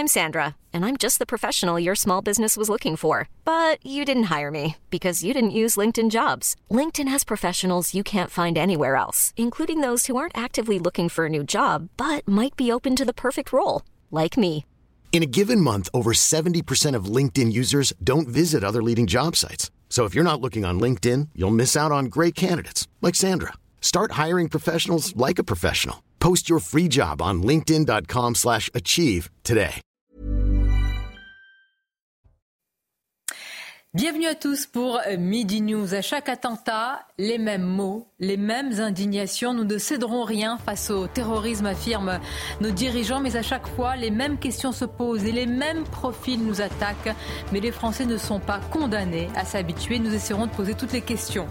I'm Sandra, and I'm just the professional your small business was looking for. But you didn't hire me because you didn't use LinkedIn Jobs. LinkedIn has professionals you can't find anywhere else, including those who aren't actively looking for a new job, but might be open to the perfect role, like me. In a given month, over 70% of LinkedIn users don't visit other leading job sites. So if you're not looking on LinkedIn, you'll miss out on great candidates like Sandra. Start hiring professionals like a professional. Post your free job on linkedin.com/achieve today. Bienvenue à tous pour Midi News. À chaque attentat, les mêmes mots, les mêmes indignations. Nous ne céderons rien face au terrorisme, affirment nos dirigeants. Mais à chaque fois, les mêmes questions se posent et les mêmes profils nous attaquent. Mais les Français ne sont pas condamnés à s'habituer. Nous essaierons de poser toutes les questions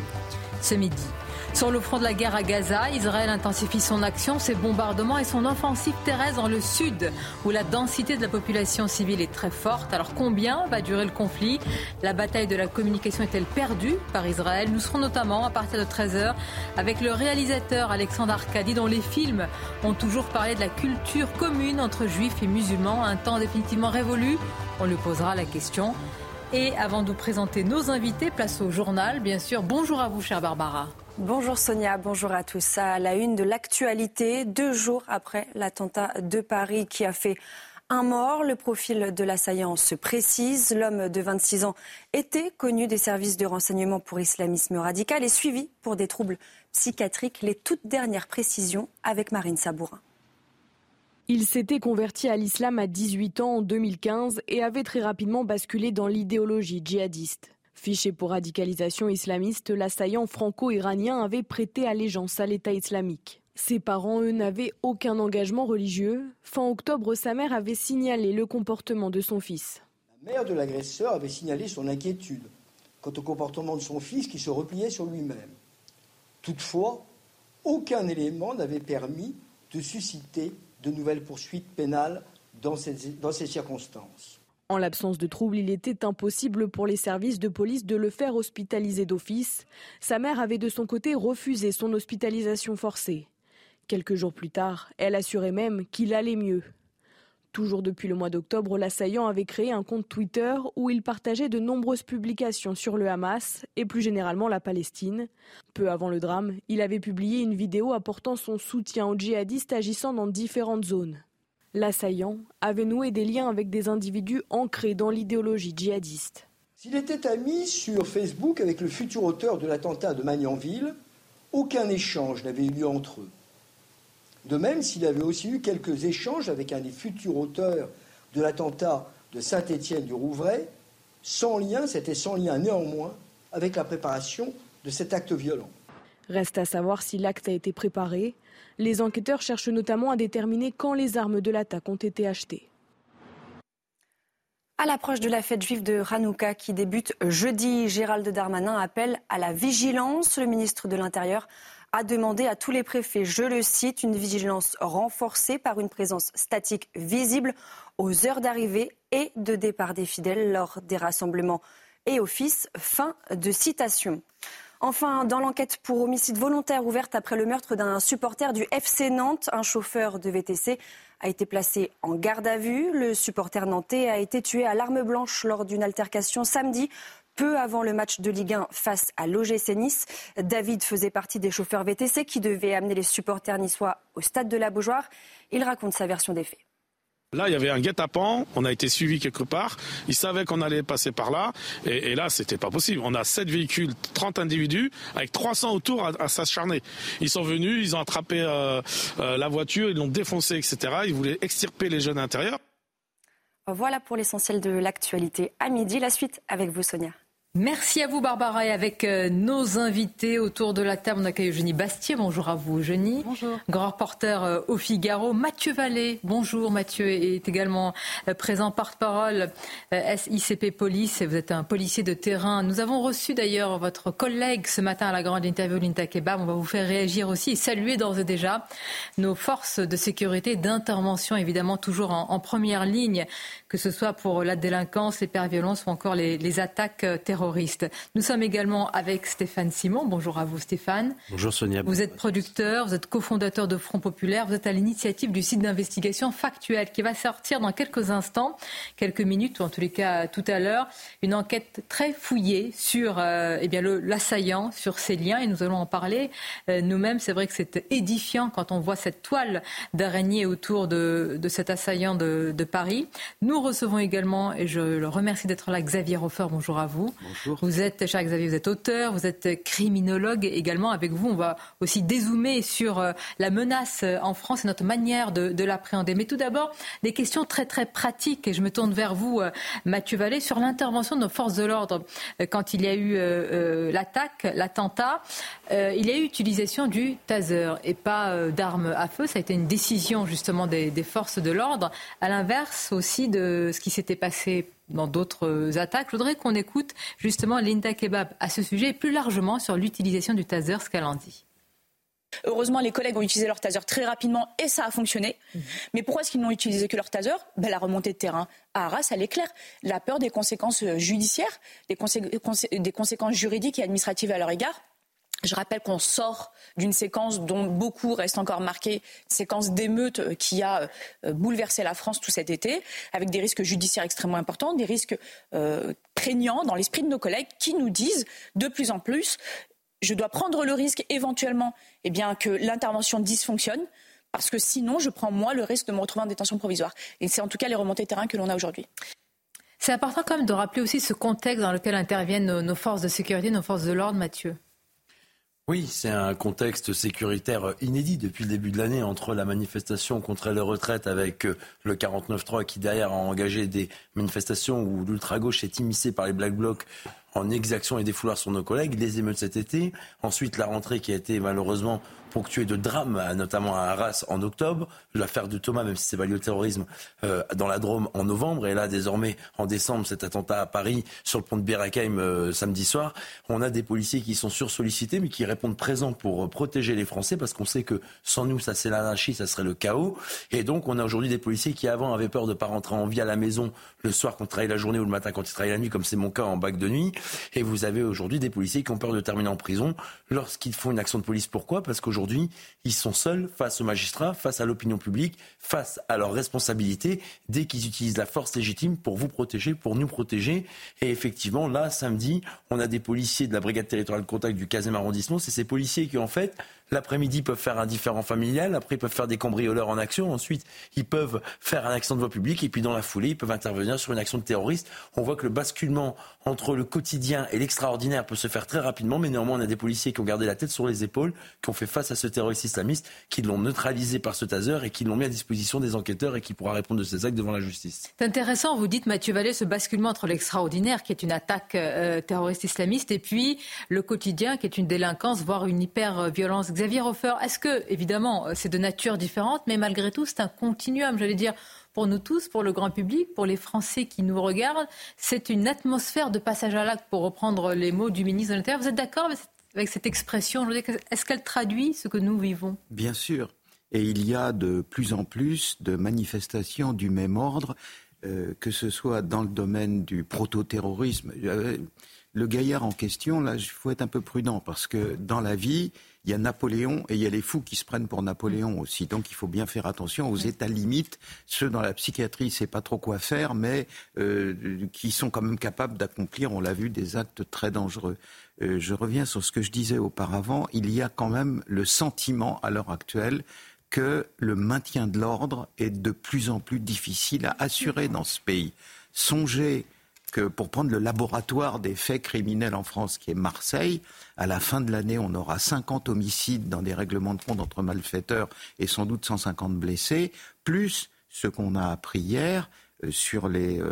ce midi. Sur le front de la guerre à Gaza, Israël intensifie son action, ses bombardements et son offensive terrestre dans le sud, où la densité de la population civile est très forte. Alors combien va durer le conflit ? La bataille de la communication est-elle perdue par Israël ? Nous serons notamment à partir de 13h avec le réalisateur Alexandre Arcadi, dont les films ont toujours parlé de la culture commune entre juifs et musulmans. Un temps définitivement révolu ? On lui posera la question. Et avant de vous présenter nos invités, place au journal, bien sûr. Bonjour à vous, chère Barbara. Bonjour Sonia, bonjour à tous. À la une de l'actualité, 2 jours après l'attentat de Paris qui a fait un mort, le profil de l'assaillant se précise. L'homme de 26 ans était connu des services de renseignement pour islamisme radical et suivi pour des troubles psychiatriques. Les toutes dernières précisions avec Marine Sabourin. Il s'était converti à l'islam à 18 ans en 2015 et avait très rapidement basculé dans l'idéologie djihadiste. Fiché pour radicalisation islamiste, l'assaillant franco-iranien avait prêté allégeance à l'État islamique. Ses parents, eux, n'avaient aucun engagement religieux. Fin octobre, sa mère avait signalé le comportement de son fils. La mère de l'agresseur avait signalé son inquiétude quant au comportement de son fils qui se repliait sur lui-même. Toutefois, aucun élément n'avait permis de susciter de nouvelles poursuites pénales dans ces circonstances. En l'absence de troubles, il était impossible pour les services de police de le faire hospitaliser d'office. Sa mère avait de son côté refusé son hospitalisation forcée. Quelques jours plus tard, elle assurait même qu'il allait mieux. Toujours depuis le mois d'octobre, l'assaillant avait créé un compte Twitter où il partageait de nombreuses publications sur le Hamas et plus généralement la Palestine. Peu avant le drame, il avait publié une vidéo apportant son soutien aux djihadistes agissant dans différentes zones. L'assaillant avait noué des liens avec des individus ancrés dans l'idéologie djihadiste. S'il était ami sur Facebook avec le futur auteur de l'attentat de Magnanville, aucun échange n'avait eu lieu entre eux. De même, s'il avait aussi eu quelques échanges avec un des futurs auteurs de l'attentat de Saint-Étienne-du-Rouvray, c'était sans lien néanmoins avec la préparation de cet acte violent. Reste à savoir si l'acte a été préparé. Les enquêteurs cherchent notamment à déterminer quand les armes de l'attaque ont été achetées. À l'approche de la fête juive de Hanouka qui débute jeudi, Gérald Darmanin appelle à la vigilance. Le ministre de l'Intérieur a demandé à tous les préfets, je le cite, une vigilance renforcée par une présence statique visible aux heures d'arrivée et de départ des fidèles lors des rassemblements et offices. Fin de citation. Enfin, dans l'enquête pour homicide volontaire ouverte après le meurtre d'un supporter du FC Nantes, un chauffeur de VTC a été placé en garde à vue. Le supporter nantais a été tué à l'arme blanche lors d'une altercation samedi, peu avant le match de Ligue 1 face à l'OGC Nice. David faisait partie des chauffeurs VTC qui devaient amener les supporters niçois au stade de la Beaujoire. Il raconte sa version des faits. Là, il y avait un guet-apens, on a été suivi quelque part, ils savaient qu'on allait passer par là, et là, c'était pas possible. On a 7 véhicules, 30 individus, avec 300 autour à s'acharner. Ils sont venus, ils ont attrapé la voiture, ils l'ont défoncée, etc. Ils voulaient extirper les jeunes à l'intérieur. Voilà pour l'essentiel de l'actualité. À midi, la suite avec vous, Sonia. Merci à vous Barbara et avec nos invités autour de la table, on accueille Eugénie Bastier. Bonjour à vous Eugénie. Bonjour. Grand reporter au Figaro. Mathieu Vallée. Bonjour Mathieu est également présent porte-parole SICP Police. Vous êtes un policier de terrain. Nous avons reçu d'ailleurs votre collègue ce matin à la grande interview Linta Kebab. On va vous faire réagir aussi et saluer d'ores et déjà nos forces de sécurité d'intervention évidemment toujours en première ligne, que ce soit pour la délinquance, l'hyperviolence ou encore les attaques terroristes. terroristes. Nous sommes également avec Stéphane Simon. Bonjour à vous Stéphane. Bonjour Sonia. Vous êtes producteur, vous êtes cofondateur de Front Populaire, vous êtes à l'initiative du site d'investigation Factuel qui va sortir dans quelques instants, quelques minutes ou en tous les cas tout à l'heure, une enquête très fouillée sur l'assaillant, sur ses liens et nous allons en parler nous-mêmes. C'est vrai que c'est édifiant quand on voit cette toile d'araignée autour de cet assaillant de Paris. Nous recevons également, et je le remercie d'être là, Xavier Hofer. Bonjour à vous. Bonjour. Vous êtes, cher Xavier, vous êtes auteur, vous êtes criminologue également. Avec vous, on va aussi dézoomer sur la menace en France et notre manière de l'appréhender. Mais tout d'abord, des questions très très pratiques. Et je me tourne vers vous, Mathieu Vallée, sur l'intervention de nos forces de l'ordre. Quand il y a eu l'attentat, il y a eu utilisation du taser et pas d'armes à feu. Ça a été une décision justement des forces de l'ordre, à l'inverse aussi de ce qui s'était passé dans d'autres attaques. Je voudrais qu'on écoute justement Linda Kebab à ce sujet et plus largement sur l'utilisation du taser, ce qu'elle en dit. Heureusement, les collègues ont utilisé leur taser très rapidement et ça a fonctionné. Mais pourquoi est-ce qu'ils n'ont utilisé que leur taser ? La remontée de terrain à Arras, elle est claire. La peur des conséquences judiciaires, des conséquences juridiques et administratives à leur égard. Je rappelle qu'on sort d'une séquence dont beaucoup restent encore marqués, séquence d'émeute qui a bouleversé la France tout cet été, avec des risques judiciaires extrêmement importants, des risques prégnants dans l'esprit de nos collègues qui nous disent de plus en plus je dois prendre le risque éventuellement que l'intervention dysfonctionne, parce que sinon je prends moi le risque de me retrouver en détention provisoire. Et c'est en tout cas les remontées de terrain que l'on a aujourd'hui. C'est important quand même de rappeler aussi ce contexte dans lequel interviennent nos forces de sécurité, nos forces de l'ordre, Mathieu. Oui, c'est un contexte sécuritaire inédit depuis le début de l'année entre la manifestation contre les retraites avec le 49.3 qui derrière a engagé des manifestations où l'ultra-gauche est immiscée par les Black Blocs en exaction et défouloir sur nos collègues, les émeutes cet été, ensuite la rentrée qui a été malheureusement ponctuée de drames, notamment à Arras en octobre, l'affaire de Thomas, même si c'est pas lié au terrorisme, dans la Drôme en novembre, et là désormais en décembre cet attentat à Paris sur le pont de Bir Hakeim samedi soir. On a des policiers qui sont sursollicités mais qui répondent présents pour protéger les Français parce qu'on sait que sans nous ça c'est l'anarchie, ça serait le chaos, et donc on a aujourd'hui des policiers qui avant avaient peur de pas rentrer en vie à la maison le soir quand ils travaillent la journée ou le matin quand ils travaillent la nuit, comme c'est mon cas en bac de nuit. Et vous avez aujourd'hui des policiers qui ont peur de terminer en prison lorsqu'ils font une action de police. Pourquoi ? Parce qu'aujourd'hui, ils sont seuls face aux magistrats, face à l'opinion publique, face à leurs responsabilités, dès qu'ils utilisent la force légitime pour vous protéger, pour nous protéger. Et effectivement, là, samedi, on a des policiers de la brigade territoriale de contact du 15e arrondissement. C'est ces policiers qui, en fait, l'après-midi, peuvent faire un différend familial. Après, ils peuvent faire des cambrioleurs en action. Ensuite, ils peuvent faire un accident de voie publique. Et puis, dans la foulée, ils peuvent intervenir sur une action de terroriste. On voit que le basculement entre le quotidien et l'extraordinaire peut se faire très rapidement. Mais néanmoins, on a des policiers qui ont gardé la tête sur les épaules, qui ont fait face à ce terroriste islamiste, qui l'ont neutralisé par ce taser et qui l'ont mis à disposition des enquêteurs et qui pourra répondre de ces actes devant la justice. C'est intéressant, vous dites, Mathieu Vallée, ce basculement entre l'extraordinaire, qui est une attaque terroriste islamiste, et puis le quotidien, qui est une délinquance, voire une hyper-violence. Xavier Hofer, est-ce que, évidemment, c'est de nature différente, mais malgré tout, c'est un continuum, j'allais dire, pour nous tous, pour le grand public, pour les Français qui nous regardent. C'est une atmosphère de passage à l'acte, pour reprendre les mots du ministre de l'Intérieur. Vous êtes d'accord avec cette expression ? Est-ce qu'elle traduit ce que nous vivons ? Bien sûr. Et il y a de plus en plus de manifestations du même ordre, que ce soit dans le domaine du proto-terrorisme. Le gaillard en question, là, il faut être un peu prudent, parce que dans la vie, il y a Napoléon et il y a les fous qui se prennent pour Napoléon aussi. Donc il faut bien faire attention aux états limites, ceux dans la psychiatrie, ne savent pas trop quoi faire, mais qui sont quand même capables d'accomplir, on l'a vu, des actes très dangereux. Je reviens sur ce que je disais auparavant, il y a quand même le sentiment à l'heure actuelle que le maintien de l'ordre est de plus en plus difficile à assurer dans ce pays. Songez que pour prendre le laboratoire des faits criminels en France, qui est Marseille, à la fin de l'année, on aura 50 homicides dans des règlements de compte entre malfaiteurs et sans doute 150 blessés, plus ce qu'on a appris hier sur les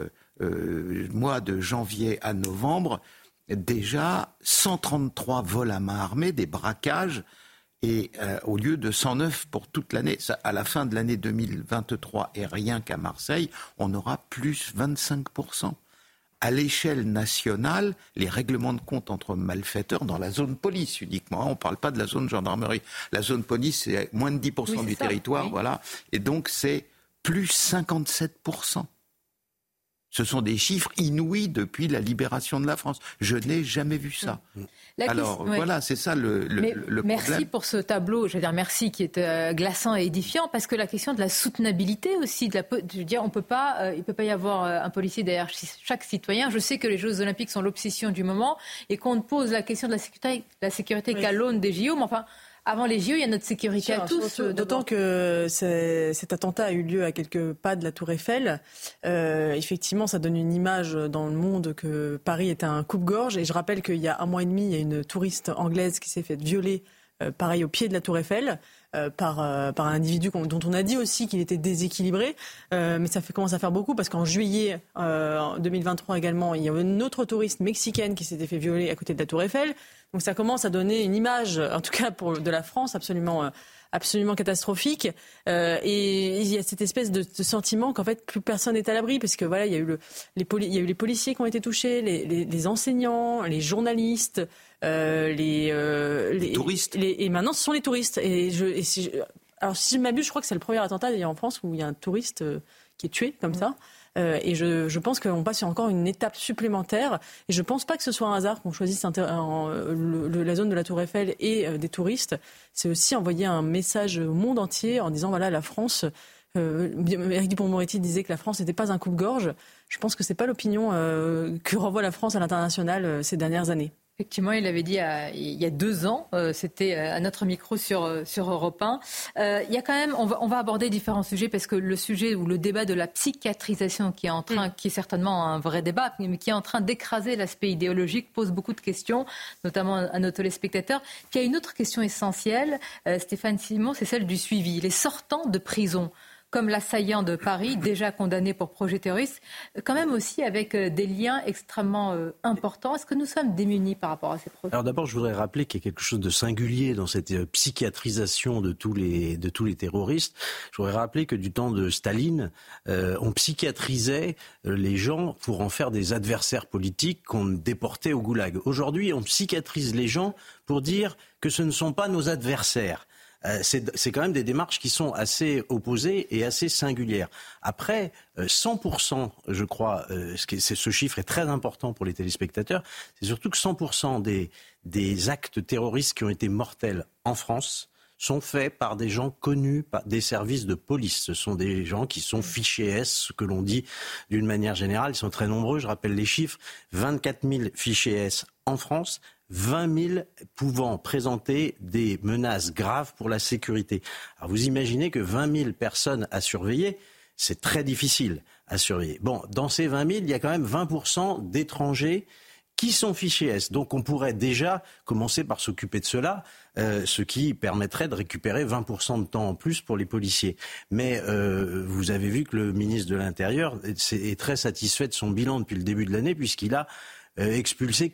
mois de janvier à novembre, déjà 133 vols à main armée, des braquages, et au lieu de 109 pour toute l'année. À la fin de l'année 2023, et rien qu'à Marseille, on aura plus 25%. À l'échelle nationale, les règlements de compte entre malfaiteurs dans la zone police uniquement, on ne parle pas de la zone gendarmerie. La zone police, c'est moins de 10% du territoire, oui. Voilà. Et donc, c'est plus 57%. Ce sont des chiffres inouïs depuis la libération de la France. Je n'ai jamais vu ça. Alors voilà, c'est ça le problème. Merci pour ce tableau, merci, qui est glaçant et édifiant, parce que la question de la soutenabilité aussi, il peut pas y avoir un policier derrière chaque citoyen. Je sais que les Jeux Olympiques sont l'obsession du moment et qu'on pose la question de la sécurité qu'à l'aune des JO, mais enfin... Avant les JO, il y a notre sécurité à tous. D'autant que cet attentat a eu lieu à quelques pas de la Tour Eiffel. Effectivement, ça donne une image dans le monde que Paris est un coupe-gorge. Et je rappelle qu'il y a 1 mois et demi, il y a une touriste anglaise qui s'est faite violer, pareil, au pied de la Tour Eiffel. Par un individu dont on a dit aussi qu'il était déséquilibré, mais ça commence à faire beaucoup parce qu'en juillet 2023 également, il y a une autre touriste mexicaine qui s'était fait violer à côté de la Tour Eiffel. Donc ça commence à donner une image, en tout cas de la France, absolument catastrophique. Et il y a cette espèce de sentiment qu'en fait plus personne n'est à l'abri, parce que voilà, il y a eu les policiers qui ont été touchés, les enseignants, les journalistes. Les touristes. Et maintenant, ce sont les touristes. Alors, si je m'abuse, je crois que c'est le premier attentat d'ailleurs en France où il y a un touriste qui est tué comme ça. Et je pense qu'on passe sur encore une étape supplémentaire. Et je ne pense pas que ce soit un hasard qu'on choisisse la zone de la Tour Eiffel et des touristes. C'est aussi envoyer un message au monde entier en disant voilà, la France. Éric Dupond-Moretti disait que la France n'était pas un coupe-gorge. Je pense que c'est pas l'opinion que renvoie la France à l'international ces dernières années. Effectivement, il l'avait dit il y a 2 ans, c'était à notre micro sur Europe 1. Il y a quand même, on va aborder différents sujets, parce que le sujet ou le débat de la psychiatrisation qui est certainement un vrai débat, mais qui est en train d'écraser l'aspect idéologique, pose beaucoup de questions, notamment à nos téléspectateurs. Puis il y a une autre question essentielle, Stéphane Simon, c'est celle du suivi. Les sortants de prison, comme l'assaillant de Paris, déjà condamné pour projet terroriste, quand même aussi avec des liens extrêmement importants. Est-ce que nous sommes démunis par rapport à ces projets ? Alors d'abord, je voudrais rappeler qu'il y a quelque chose de singulier dans cette psychiatrisation de tous les terroristes. Je voudrais rappeler que du temps de Staline, on psychiatrisait les gens pour en faire des adversaires politiques qu'on déportait au goulag. Aujourd'hui, on psychiatrise les gens pour dire que ce ne sont pas nos adversaires. C'est quand même des démarches qui sont assez opposées et assez singulières. Après, 100%, je crois, ce chiffre est très important pour les téléspectateurs, c'est surtout que 100% des actes terroristes qui ont été mortels en France sont faits par des gens connus par des services de police. Ce sont des gens qui sont fichés S, ce que l'on dit d'une manière générale. Ils sont très nombreux, je rappelle les chiffres, 24 000 fichés S en France, 20 000 pouvant présenter des menaces graves pour la sécurité. Alors vous imaginez que 20 000 personnes à surveiller, c'est très difficile à surveiller. Bon, dans ces 20 000, il y a quand même 20% d'étrangers qui sont fichés S. Donc on pourrait déjà commencer par s'occuper de cela, ce qui permettrait de récupérer 20% de temps en plus pour les policiers. Mais vous avez vu que le ministre de l'Intérieur est très satisfait de son bilan depuis le début de l'année, puisqu'il a expulsé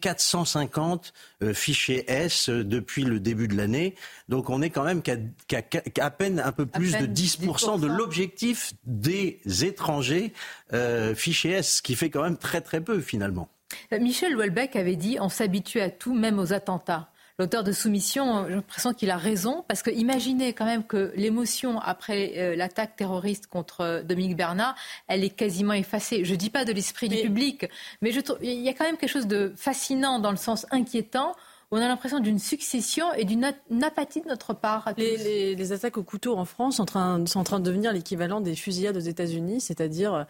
450 fichiers S depuis le début de l'année. Donc on est quand même qu'à peine un peu plus de 10% de l'objectif des étrangers fichiers S, ce qui fait quand même très très peu finalement. Michel Houellebecq avait dit « on s'habitue à tout, même aux attentats ». L'auteur de Soumission, j'ai l'impression qu'il a raison, parce que imaginez quand même que l'émotion après l'attaque terroriste contre Dominique Bernard, elle est quasiment effacée. Je ne dis pas de l'esprit du public, mais il y a quand même quelque chose de fascinant dans le sens inquiétant. On a l'impression d'une succession et d'une apathie de notre part. Les attaques au couteau en France sont en train de devenir l'équivalent des fusillades aux États-Unis, c'est-à-dire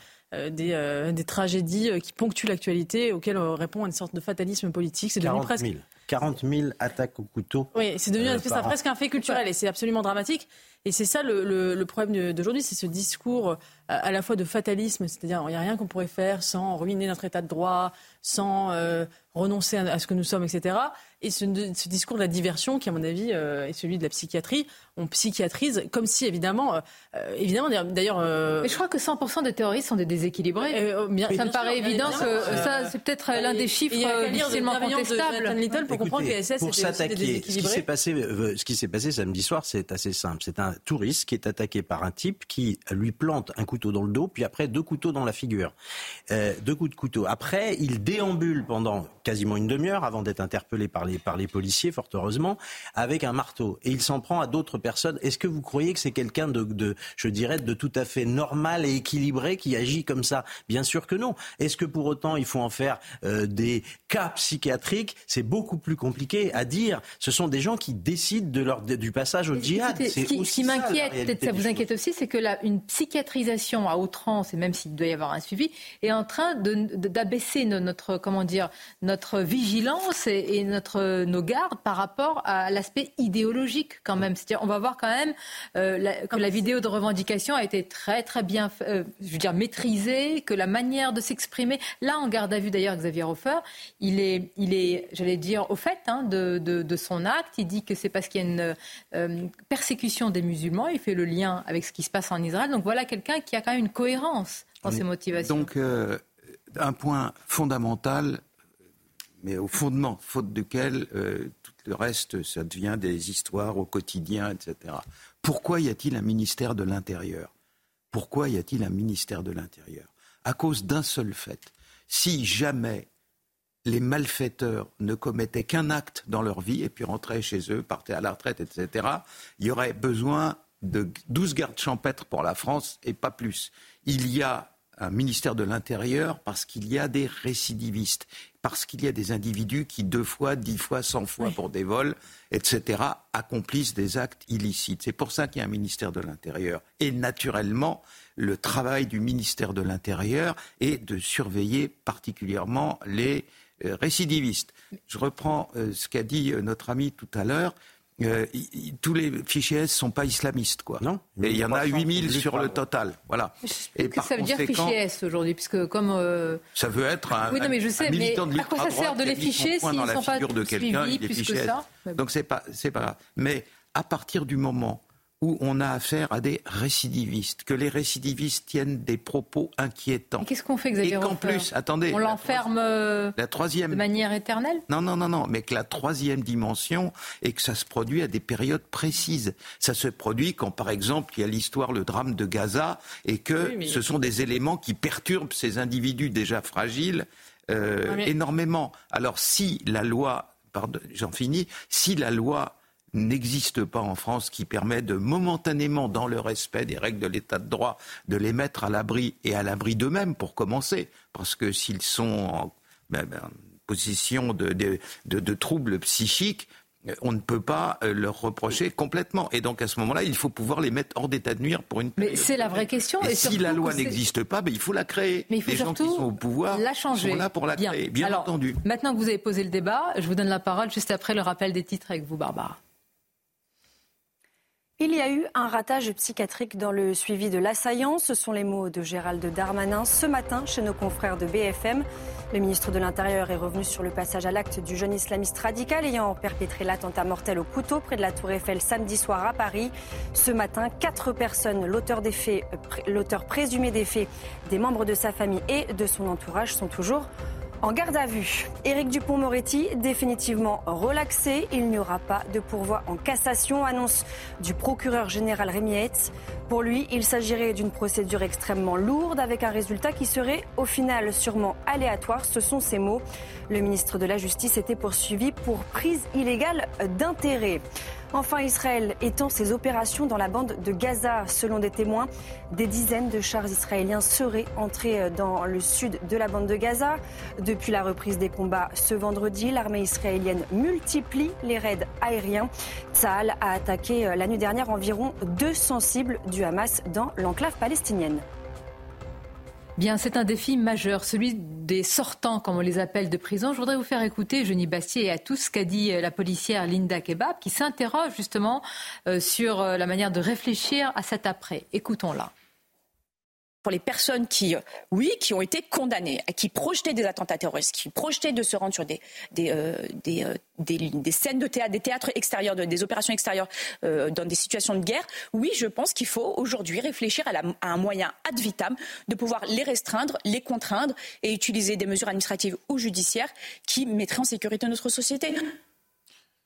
des tragédies qui ponctuent l'actualité, auxquelles on répond à une sorte de fatalisme politique. C'est devenu presque 40 000 attaques au couteau. Oui, c'est devenu presque un fait culturel et c'est absolument dramatique. Et c'est ça le problème d'aujourd'hui, c'est ce discours à la fois de fatalisme, c'est-à-dire il n'y a rien qu'on pourrait faire sans ruiner notre état de droit, sans renoncer à ce que nous sommes, etc. Et ce discours de la diversion, qui à mon avis est celui de la psychiatrie, on psychiatrise comme si évidemment d'ailleurs... Mais je crois que 100% des terroristes sont des déséquilibrés. Ça me paraît évident que ça, c'est peut-être l'un des chiffres difficilement contestables. faut comprendre que les SS pour s'attaquer, ce qui s'est passé samedi soir, c'est assez simple. C'est un touriste qui est attaqué par un type qui lui plante un couteau dans le dos, puis après 2 couteaux dans la figure. 2 coups de couteau. Après, il déambule pendant quasiment une demi-heure avant d'être interpellé par les policiers, fort heureusement, avec un marteau. Et il s'en prend à d'autres personnes. Est-ce que vous croyez que c'est quelqu'un de tout à fait normal et équilibré qui agit comme ça? Bien sûr que non. Est-ce que pour autant il faut en faire des cas psychiatriques? C'est beaucoup plus compliqué à dire. Ce sont des gens qui décident du passage au djihad. Ce qui m'inquiète, peut-être ça vous inquiète aussi, c'est que une psychiatrisation à outrance, et même s'il doit y avoir un suivi, est en train d'abaisser notre vigilance et nos gardes par rapport à l'aspect idéologique quand même. C'est-à-dire, on va voir quand même que la vidéo de revendication a été très très bien maîtrisée, que la manière de s'exprimer, là en garde à vue d'ailleurs, Xavier Hofer, il est j'allais dire au fait de son acte. Il dit que c'est parce qu'il y a une persécution des musulmans. Il fait le lien avec ce qui se passe en Israël. Donc voilà quelqu'un qui a quand même une cohérence dans ses motivations. Donc un point fondamental, mais au fondement, faute duquel tout le reste, ça devient des histoires au quotidien, etc. Pourquoi y a-t-il un ministère de l'Intérieur ? Pourquoi y a-t-il un ministère de l'Intérieur ? À cause d'un seul fait. Si jamais les malfaiteurs ne commettaient qu'un acte dans leur vie et puis rentraient chez eux, partaient à la retraite, etc., il y aurait besoin de 12 gardes champêtres pour la France et pas plus. Il y a un ministère de l'Intérieur parce qu'il y a des récidivistes, parce qu'il y a des individus qui 2 fois, 10 fois, 100 fois pour des vols, etc., accomplissent des actes illicites. C'est pour ça qu'il y a un ministère de l'Intérieur. Et naturellement, le travail du ministère de l'Intérieur est de surveiller particulièrement les récidivistes. Je reprends ce qu'a dit notre ami tout à l'heure. Tous les fichiers S ne sont pas islamistes, quoi. Non. Et il y en a 8000 sur le total. Voilà. Et par ça veut dire fichier S aujourd'hui, puisque comme ça veut être un militant de l'ultra-droite. À quoi ça sert de les ficher s'ils ne sont pas suivis plus que ça? Donc c'est pas grave. Mais à partir du moment où on a affaire à des récidivistes, que les récidivistes tiennent des propos inquiétants. Et qu'est-ce qu'on fait, Xavier Hofer ? Et qu'en plus, attendez... On l'enferme de manière éternelle ? Non, mais que la troisième dimension est que ça se produit à des périodes précises. Ça se produit quand, par exemple, il y a l'histoire, le drame de Gaza, et que ce sont des éléments qui perturbent ces individus déjà fragiles énormément. Alors si la loi... si la loi n'existe pas en France qui permet de momentanément, dans le respect des règles de l'état de droit, de les mettre à l'abri et à l'abri d'eux-mêmes pour commencer. Parce que s'ils sont en possession de troubles psychiques, on ne peut pas leur reprocher complètement. Et donc à ce moment-là, il faut pouvoir les mettre hors d'état de nuire pour une période. Mais c'est la vraie question. Et si la loi n'existe pas, il faut la créer. Mais il faut les gens qui sont au pouvoir sont là pour la créer, bien entendu. Maintenant que vous avez posé le débat, je vous donne la parole juste après le rappel des titres avec vous, Barbara. Il y a eu un ratage psychiatrique dans le suivi de l'assaillant. Ce sont les mots de Gérald Darmanin ce matin chez nos confrères de BFM. Le ministre de l'Intérieur est revenu sur le passage à l'acte du jeune islamiste radical ayant perpétré l'attentat mortel au couteau près de la Tour Eiffel samedi soir à Paris. Ce matin, 4 personnes, l'auteur présumé des faits, des membres de sa famille et de son entourage sont toujours en garde à vue. Éric Dupond-Moretti, définitivement relaxé. Il n'y aura pas de pourvoi en cassation, annonce du procureur général Rémi Heitz. Pour lui, il s'agirait d'une procédure extrêmement lourde avec un résultat qui serait au final sûrement aléatoire. Ce sont ses mots. Le ministre de la Justice était poursuivi pour prise illégale d'intérêt. Enfin, Israël étend ses opérations dans la bande de Gaza. Selon des témoins, des dizaines de chars israéliens seraient entrés dans le sud de la bande de Gaza. Depuis la reprise des combats ce vendredi, l'armée israélienne multiplie les raids aériens. Tsahal a attaqué la nuit dernière environ 200 cibles du Hamas dans l'enclave palestinienne. Bien, c'est un défi majeur, celui des sortants, comme on les appelle, de prison. Je voudrais vous faire écouter, Eugénie Bastier, et à tous ce qu'a dit la policière Linda Kebab, qui s'interroge justement sur la manière de réfléchir à cet après. Écoutons-la. Pour les personnes qui ont été condamnées, qui projetaient des attentats terroristes, qui projetaient de se rendre sur des scènes de théâtre, des théâtres extérieurs, des opérations extérieures dans des situations de guerre, oui, je pense qu'il faut aujourd'hui réfléchir à un moyen ad vitam de pouvoir les restreindre, les contraindre et utiliser des mesures administratives ou judiciaires qui mettraient en sécurité notre société.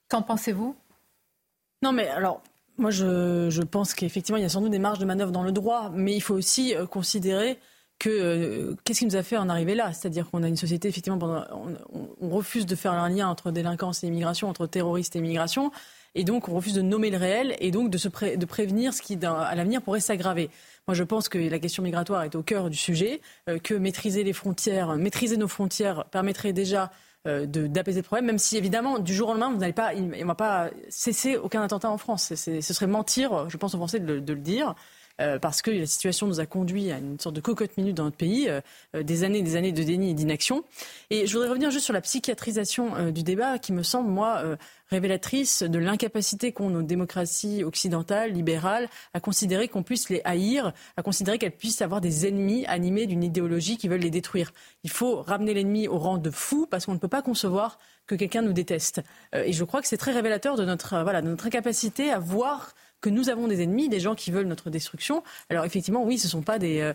Qu'en pensez-vous ? Non, mais alors, moi, je pense qu'effectivement, il y a sans doute des marges de manœuvre dans le droit, mais il faut aussi considérer que qu'est-ce qui nous a fait en arriver là ? C'est-à-dire qu'on a une société, effectivement, on refuse de faire un lien entre délinquance et immigration, entre terroristes et immigration, et donc on refuse de nommer le réel, et donc de prévenir ce qui, à l'avenir, pourrait s'aggraver. Moi, je pense que la question migratoire est au cœur du sujet, que maîtriser nos frontières permettrait déjà d'apaiser le problème, même si évidemment du jour au lendemain il ne va pas cesser aucun attentat en France. Ce serait mentir, je pense, aux Français de le dire. Parce que la situation nous a conduit à une sorte de cocotte minute dans notre pays, des années de déni et d'inaction. Et je voudrais revenir juste sur la psychiatrisation du débat qui me semble, moi, révélatrice de l'incapacité qu'ont nos démocraties occidentales, libérales, à considérer qu'on puisse les haïr, à considérer qu'elles puissent avoir des ennemis animés d'une idéologie qui veulent les détruire. Il faut ramener l'ennemi au rang de fou parce qu'on ne peut pas concevoir que quelqu'un nous déteste. Et je crois que c'est très révélateur de notre incapacité à voir que nous avons des ennemis, des gens qui veulent notre destruction. Alors effectivement, oui, ce sont pas des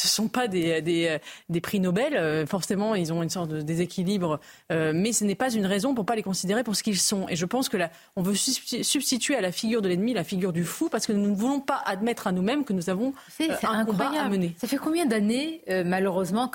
prix Nobel. Forcément, ils ont une sorte de déséquilibre, mais ce n'est pas une raison pour pas les considérer pour ce qu'ils sont. Et je pense que là, on veut substituer à la figure de l'ennemi la figure du fou, parce que nous ne voulons pas admettre à nous-mêmes que nous avons un combat à mener. Ça fait combien d'années, malheureusement,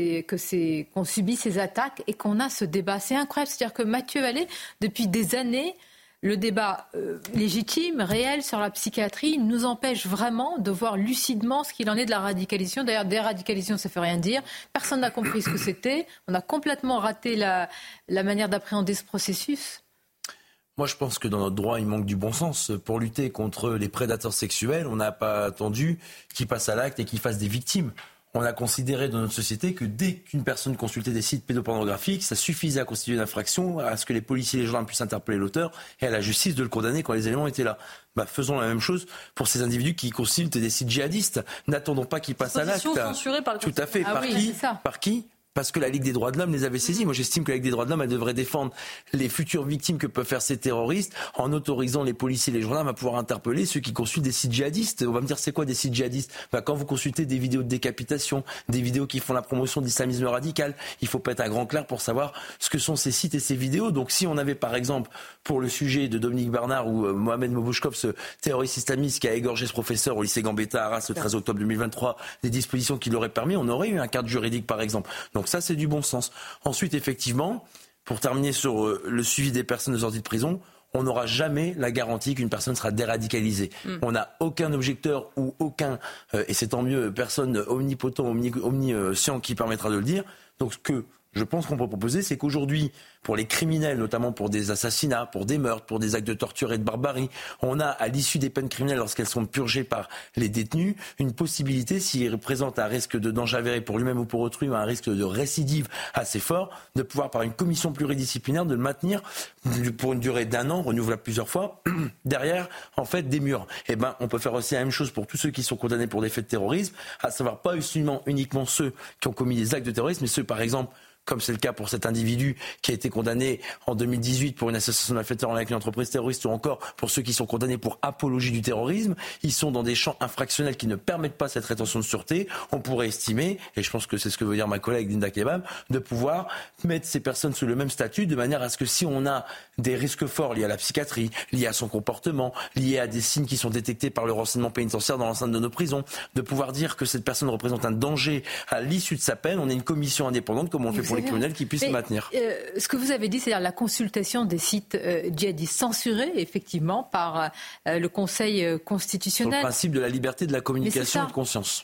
qu'on subit ces attaques et qu'on a ce débat ? C'est incroyable. C'est-à-dire que Mathieu Vallée, depuis des années, le débat légitime, réel sur la psychiatrie nous empêche vraiment de voir lucidement ce qu'il en est de la radicalisation. D'ailleurs, déradicalisation, ça ne fait rien dire. Personne n'a compris ce que c'était. On a complètement raté la manière d'appréhender ce processus. Moi, je pense que dans notre droit, il manque du bon sens. Pour lutter contre les prédateurs sexuels, on n'a pas attendu qu'ils passent à l'acte et qu'ils fassent des victimes. On a considéré dans notre société que dès qu'une personne consultait des sites pédopornographiques, ça suffisait à constituer une infraction, à ce que les policiers et les gendarmes puissent interpeller l'auteur et à la justice de le condamner quand les éléments étaient là. Faisons la même chose pour ces individus qui consultent des sites djihadistes. N'attendons pas qu'ils passent à l'acte. Censurée par le Tout à fait. Par qui ? Parce que la Ligue des droits de l'homme les avait saisis. Moi, j'estime que la Ligue des droits de l'homme, elle devrait défendre les futures victimes que peuvent faire ces terroristes en autorisant les policiers et les gendarmes à pouvoir interpeller ceux qui consultent des sites djihadistes. On va me dire, c'est quoi des sites djihadistes ? Quand vous consultez des vidéos de décapitation, des vidéos qui font la promotion d'islamisme radical, il faut pas être à grand clair pour savoir ce que sont ces sites et ces vidéos. Donc, si on avait, par exemple, pour le sujet de Dominique Bernard ou Mohamed Mobouchkov, ce terroriste islamiste qui a égorgé ce professeur au lycée Gambetta à Arras le 13 octobre 2023, des dispositions qui l'auraient permis, on aurait eu un cadre juridique, par exemple. Donc ça, c'est du bon sens. Ensuite, effectivement, pour terminer sur le suivi des personnes sorties de prison, on n'aura jamais la garantie qu'une personne sera déradicalisée. On n'a aucun objecteur ou aucun, et c'est tant mieux, personne omnipotent, omniscient qui permettra de le dire. Donc ce que je pense qu'on peut proposer, c'est qu'aujourd'hui, pour les criminels, notamment pour des assassinats, pour des meurtres, pour des actes de torture et de barbarie, on a, à l'issue des peines criminelles, lorsqu'elles sont purgées par les détenus, une possibilité, s'il présente un risque de danger avéré pour lui-même ou pour autrui, ou un risque de récidive assez fort, de pouvoir, par une commission pluridisciplinaire, de le maintenir pour une durée d'1 an, renouvelable plusieurs fois, derrière, en fait, des murs. Eh ben, on peut faire aussi la même chose pour tous ceux qui sont condamnés pour des faits de terrorisme, à savoir pas uniquement ceux qui ont commis des actes de terrorisme, mais ceux, par exemple, comme c'est le cas pour cet individu qui a été condamné en 2018 pour une association de malfaiteurs avec une entreprise terroriste, ou encore pour ceux qui sont condamnés pour apologie du terrorisme. Ils sont dans des champs infractionnels qui ne permettent pas cette rétention de sûreté. On pourrait estimer, et je pense que c'est ce que veut dire ma collègue Linda Kebab, de pouvoir mettre ces personnes sous le même statut, de manière à ce que si on a des risques forts liés à la psychiatrie, liés à son comportement, liés à des signes qui sont détectés par le renseignement pénitentiaire dans l'enceinte de nos prisons, de pouvoir dire que cette personne représente un danger à l'issue de sa peine. On est une commission indépendante, comme on fait pour les criminels, qui puissent se maintenir. Ce que vous avez dit, c'est-à-dire la consultation des sites djihadistes censurés, effectivement, par le Conseil constitutionnel. Sur le principe de la liberté de la communication et de conscience.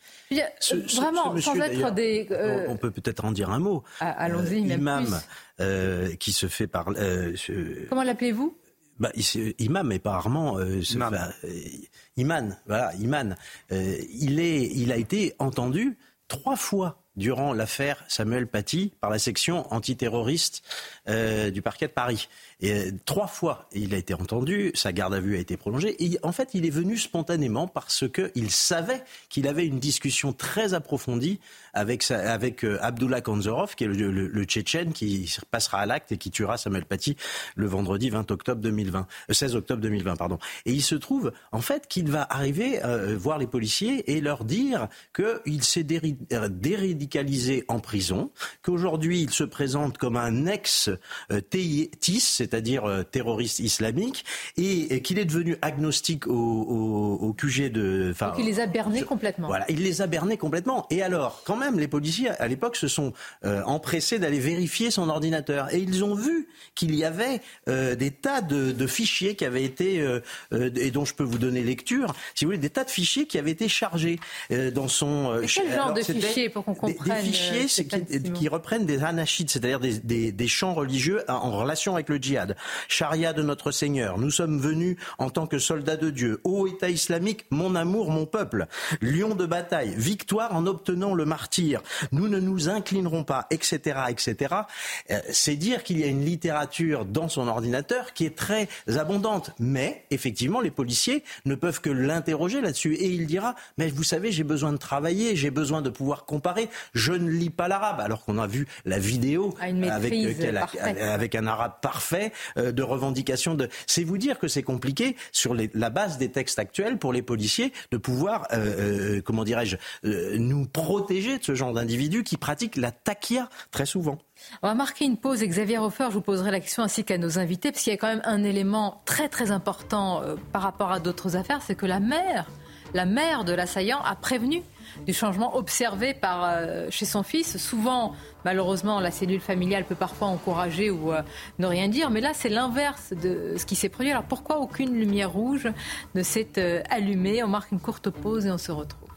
Vraiment, sans être des... On peut peut-être en dire un mot. Allons-y, imam qui se fait par... Comment l'appelez-vous ? Imam, et pas rarement... Iman, voilà, Iman. Il a été entendu 3 fois durant l'affaire Samuel Paty par la section antiterroriste du parquet de Paris. Et 3 fois, il a été entendu, sa garde à vue a été prolongée. Et en fait, il est venu spontanément parce qu'il savait qu'il avait une discussion très approfondie avec Abdullah Kanzorov, qui est le Tchétchène qui passera à l'acte et qui tuera Samuel Paty le vendredi 16 octobre 2020. Et il se trouve, en fait, qu'il va arriver voir les policiers et leur dire qu'il s'est déradicalisé radicalisé en prison, qu'aujourd'hui il se présente comme un ex-TIS, c'est-à-dire terroriste islamique, et qu'il est devenu agnostique au QG de... Donc il les a bernés complètement. Voilà, il les a bernés complètement. Et alors, quand même, les policiers, à l'époque, se sont empressés d'aller vérifier son ordinateur. Et ils ont vu qu'il y avait des tas de fichiers qui avaient été, et dont je peux vous donner lecture, si vous voulez, des tas de fichiers qui avaient été chargés dans son... Quel genre de fichiers, pour qu'on comprenne? Des fichiers qui reprennent des anachides, c'est-à-dire des chants religieux en relation avec le djihad. Charia de notre Seigneur, nous sommes venus en tant que soldats de Dieu. Ô État islamique, mon amour, mon peuple. Lion de bataille, victoire en obtenant le martyr. Nous ne nous inclinerons pas, etc., etc. C'est dire qu'il y a une littérature dans son ordinateur qui est très abondante. Mais, effectivement, les policiers ne peuvent que l'interroger là-dessus. Et il dira, mais vous savez, j'ai besoin de travailler, j'ai besoin de pouvoir comparer. Je ne lis pas l'arabe. Alors qu'on a vu la vidéo avec un arabe parfait de revendication de... C'est vous dire que c'est compliqué sur la base des textes actuels pour les policiers de pouvoir, nous protéger de ce genre d'individus qui pratiquent la taquia très souvent. On va marquer une pause et Xavier Hofer, je vous poserai la question ainsi qu'à nos invités, parce qu'il y a quand même un élément très très important par rapport à d'autres affaires, c'est que la mère de l'assaillant a prévenu du changement observé chez son fils. Souvent, malheureusement, la cellule familiale peut parfois encourager ou ne rien dire, mais là c'est l'inverse de ce qui s'est produit. Alors pourquoi aucune lumière rouge ne s'est allumée? On marque une courte pause et on se retrouve.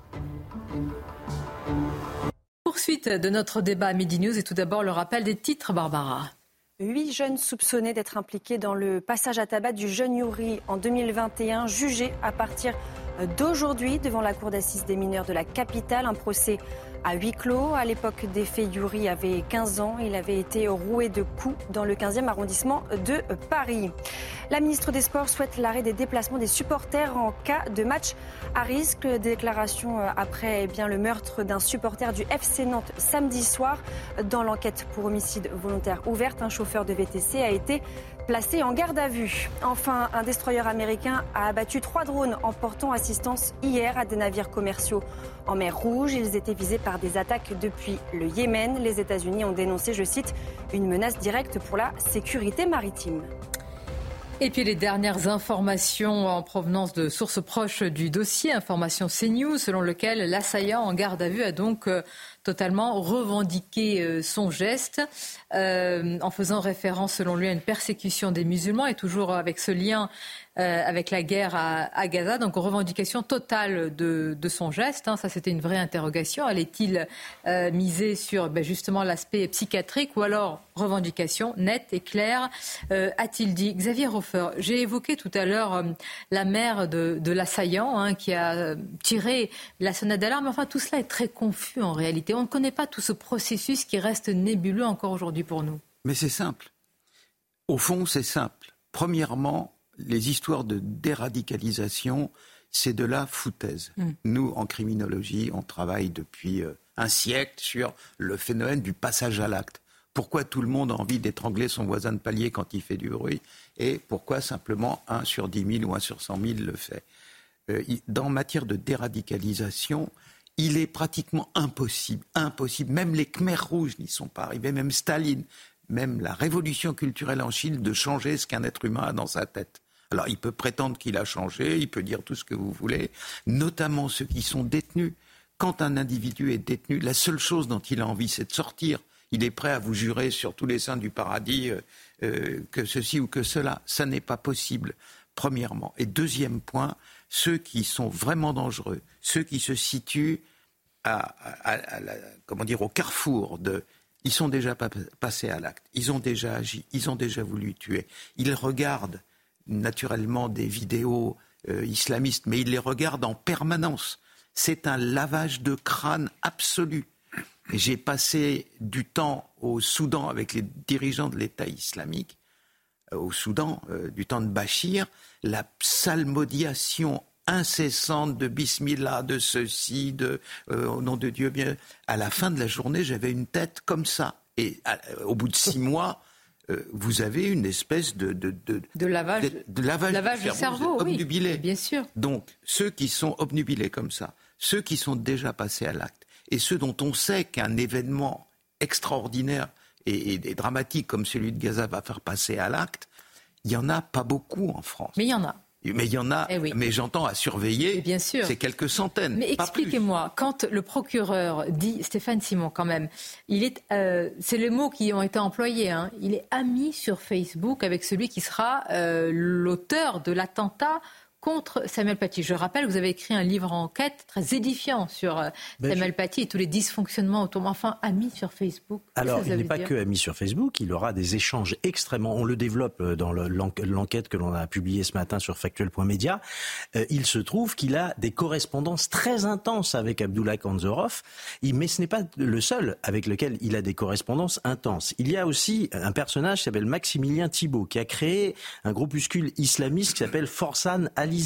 Poursuite de notre débat à Midi News et tout d'abord le rappel des titres, Barbara. 8 jeunes soupçonnés d'être impliqués dans le passage à tabac du jeune Youri en 2021, jugés à partir d'aujourd'hui devant la cour d'assises des mineurs de la capitale. Un procès à huis clos. À l'époque des faits, Youri avait 15 ans. Il avait été roué de coups dans le 15e arrondissement de Paris. La ministre des Sports souhaite l'arrêt des déplacements des supporters en cas de match à risque. Déclaration après le meurtre d'un supporter du FC Nantes samedi soir. Dans l'enquête pour homicide volontaire ouverte, un chauffeur de VTC a été placé en garde à vue. Enfin, un destroyer américain a abattu 3 drones en portant assistance hier à des navires commerciaux en mer Rouge. Ils étaient visés par des attaques depuis le Yémen. Les États-Unis ont dénoncé, je cite, une menace directe pour la sécurité maritime. Et puis les dernières informations en provenance de sources proches du dossier, information CNews, selon lequel l'assaillant en garde à vue a donc totalement revendiqué son geste en faisant référence selon lui à une persécution des musulmans et toujours avec ce lien avec la guerre à Gaza, donc revendication totale de son geste. Ça, c'était une vraie interrogation. Allait-il miser sur justement l'aspect psychiatrique ou alors revendication nette et claire, a-t-il dit. Xavier Hofer, j'ai évoqué tout à l'heure la mère de l'assaillant qui a tiré la sonnette d'alarme. Enfin, tout cela est très confus en réalité. On ne connaît pas tout ce processus qui reste nébuleux encore aujourd'hui pour nous. Mais c'est simple. Au fond, c'est simple. Premièrement, les histoires de déradicalisation, c'est de la foutaise. Nous, en criminologie, on travaille depuis un siècle sur le phénomène du passage à l'acte. Pourquoi tout le monde a envie d'étrangler son voisin de palier quand il fait du bruit et pourquoi simplement 1 sur 10 000 ou 1 sur 100 000 le fait. Dans matière de déradicalisation, il est pratiquement impossible, même les Khmers rouges n'y sont pas arrivés, même Staline, même la révolution culturelle en Chine, de changer ce qu'un être humain a dans sa tête. Alors il peut prétendre qu'il a changé, il peut dire tout ce que vous voulez, notamment ceux qui sont détenus. Quand un individu est détenu, la seule chose dont il a envie, c'est de sortir. Il est prêt à vous jurer sur tous les saints du paradis que ceci ou que cela. Ça n'est pas possible, premièrement. Et deuxième point, ceux qui sont vraiment dangereux, ceux qui se situent au carrefour de... Ils sont déjà passés à l'acte, ils ont déjà agi, ils ont déjà voulu tuer. Ils regardent naturellement des vidéos islamistes, mais ils les regardent en permanence. C'est un lavage de crâne absolu. J'ai passé du temps au Soudan avec les dirigeants de l'État islamique, au Soudan, du temps de Bachir, la psalmodiation incessante de Bismillah, de ceci, au nom de Dieu, bien. À la fin de la journée, j'avais une tête comme ça. Et au bout de 6 mois, vous avez une espèce de lavage du cerveau, obnubilé. Oui, bien sûr. Donc, ceux qui sont obnubilés comme ça, ceux qui sont déjà passés à l'acte, et ceux dont on sait qu'un événement extraordinaire et dramatique comme celui de Gaza va faire passer à l'acte, il n'y en a pas beaucoup en France. Mais il y en a. Mais il y en a, mais j'entends à surveiller, bien sûr. C'est quelques centaines. Mais expliquez-moi, quand le procureur dit, Stéphane Simon quand même, c'est les mots qui ont été employés, hein, il est ami sur Facebook avec celui qui sera l'auteur de l'attentat contre Samuel Paty. Je rappelle que vous avez écrit un livre enquête très édifiant sur Samuel Paty et tous les dysfonctionnements autour. Enfin, ami sur Facebook. Alors, il n'est pas que ami sur Facebook, il aura des échanges extrêmement... On le développe dans l'enquête que l'on a publiée ce matin sur Factuel.media. Il se trouve qu'il a des correspondances très intenses avec Abdullah Kanzorov, mais ce n'est pas le seul avec lequel il a des correspondances intenses. Il y a aussi un personnage qui s'appelle Maximilien Thibault, qui a créé un groupuscule islamiste qui s'appelle Forsan Ali.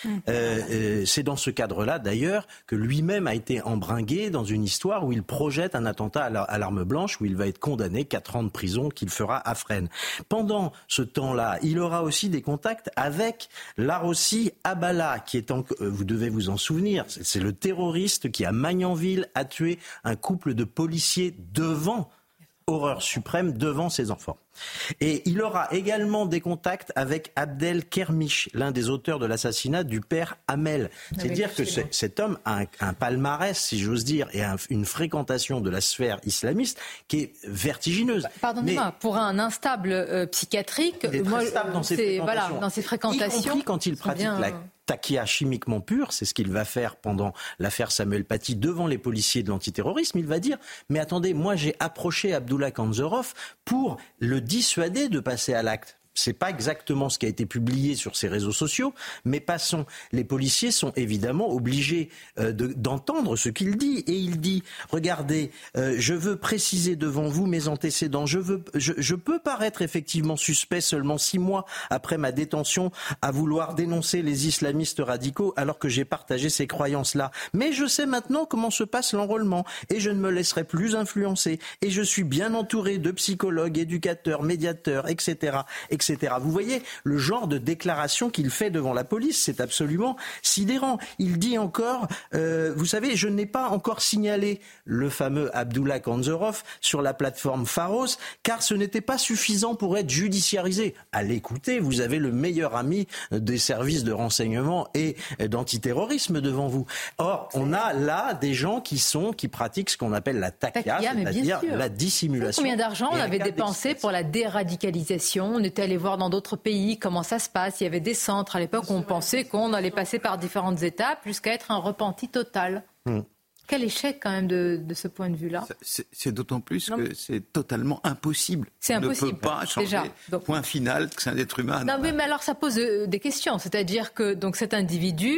C'est dans ce cadre-là, d'ailleurs, que lui-même a été embringué dans une histoire où il projette un attentat à l'arme blanche, où il va être condamné 4 ans de prison qu'il fera à Fresnes. Pendant ce temps-là, il aura aussi des contacts avec Larossi Abala, qui est, vous devez vous en souvenir, c'est le terroriste qui, à Magnanville, a tué un couple de policiers devant, horreur suprême, devant ses enfants. Et il aura également des contacts avec Abdel Kermiche, l'un des auteurs de l'assassinat du père Hamel. C'est-à-dire que cet homme a un palmarès, si j'ose dire, et une fréquentation de la sphère islamiste qui est vertigineuse. Pardonnez-moi, pour un instable psychiatrique, moi, dans ses fréquentations. Y compris quand il pratique la taquia chimiquement pure, c'est ce qu'il va faire pendant l'affaire Samuel Paty devant les policiers de l'antiterrorisme. Il va dire, mais attendez, moi j'ai approché Abdullah Kanzorov pour le dissuader de passer à l'acte. C'est pas exactement ce qui a été publié sur ces réseaux sociaux, mais passons. Les policiers sont évidemment obligés d'entendre ce qu'il dit. Et il dit, regardez, je veux préciser devant vous mes antécédents. Je peux paraître effectivement suspect seulement 6 mois après ma détention à vouloir dénoncer les islamistes radicaux alors que j'ai partagé ces croyances-là. Mais je sais maintenant comment se passe l'enrôlement et je ne me laisserai plus influencer. Et je suis bien entouré de psychologues, éducateurs, médiateurs, etc., etc. Vous voyez le genre de déclaration qu'il fait devant la police, c'est absolument sidérant. Il dit encore, vous savez, je n'ai pas encore signalé le fameux Abdullah Kanzorov sur la plateforme Pharos, car ce n'était pas suffisant pour être judiciarisé. À l'écouter, vous avez le meilleur ami des services de renseignement et d'antiterrorisme devant vous. Or, on a là des gens qui pratiquent ce qu'on appelle la taquia, c'est-à-dire la dissimulation. Combien d'argent on avait dépensé pour la déradicalisation? On était allé voir dans d'autres pays comment ça se passe. Il y avait des centres à l'époque où on pensait qu'on allait passer par différentes étapes jusqu'à être un repenti total. Quel échec quand même de ce point de vue-là. C'est d'autant plus que c'est totalement impossible. C'est impossible. On ne peut pas changer. Donc, point final, que c'est un être humain. Non, mais alors ça pose des questions. C'est-à-dire que donc, cet individu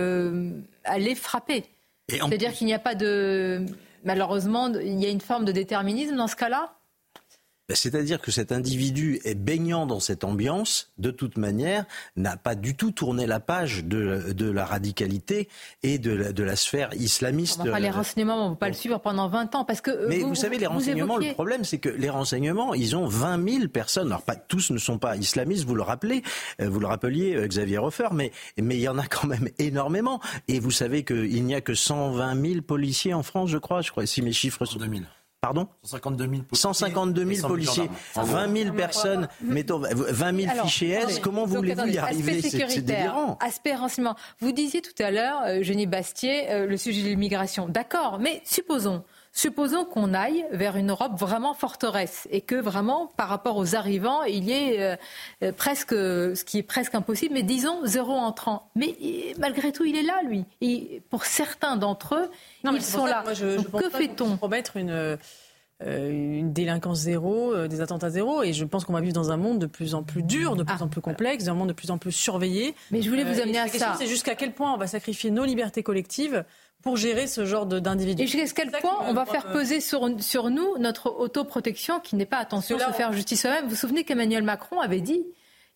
allait frapper. C'est-à-dire qu'il n'y a pas de... Malheureusement, il y a une forme de déterminisme dans ce cas-là. C'est-à-dire que cet individu est baignant dans cette ambiance, de toute manière, n'a pas du tout tourné la page de la radicalité et de la sphère islamiste. Enfin, les renseignements, on ne peut pas le suivre pendant 20 ans. Parce que mais vous savez, les renseignements, le problème, c'est que les renseignements, ils ont 20 000 personnes. Alors, pas tous ne sont pas islamistes, vous le rappeliez, Xavier Hofer, mais il y en a quand même énormément. Et vous savez qu'il n'y a que 120 000 policiers en France, je crois, si mes chiffres sont... 2000. Pardon ? 152 000 policiers, 20 000 personnes, mettons 20 000 fichiers S. Comment voulez-vous y arriver ? C'est délirant. Aspect renseignement. vous disiez tout à l'heure, Eugénie Bastier, le sujet de l'immigration. D'accord, mais supposons qu'on aille vers une Europe vraiment forteresse et que vraiment, par rapport aux arrivants, il y ait presque, ce qui est presque impossible, mais disons 0 entrant. Mais malgré tout, il est là, lui. Et pour certains d'entre eux, ils sont là. Moi, je pense que fait-on promettre une délinquance zéro, des attentats zéro, et je pense qu'on va vivre dans un monde de plus en plus dur, de plus en plus complexe, dans un monde de plus en plus surveillé. Mais je voulais vous amener à ça. C'est jusqu'à quel point on va sacrifier nos libertés collectives pour gérer ce genre d'individus. Et jusqu'à quel point on va faire peser sur nous notre autoprotection qui n'est pas, attention, se faire justice soi-même. Vous vous souvenez qu'Emmanuel Macron avait dit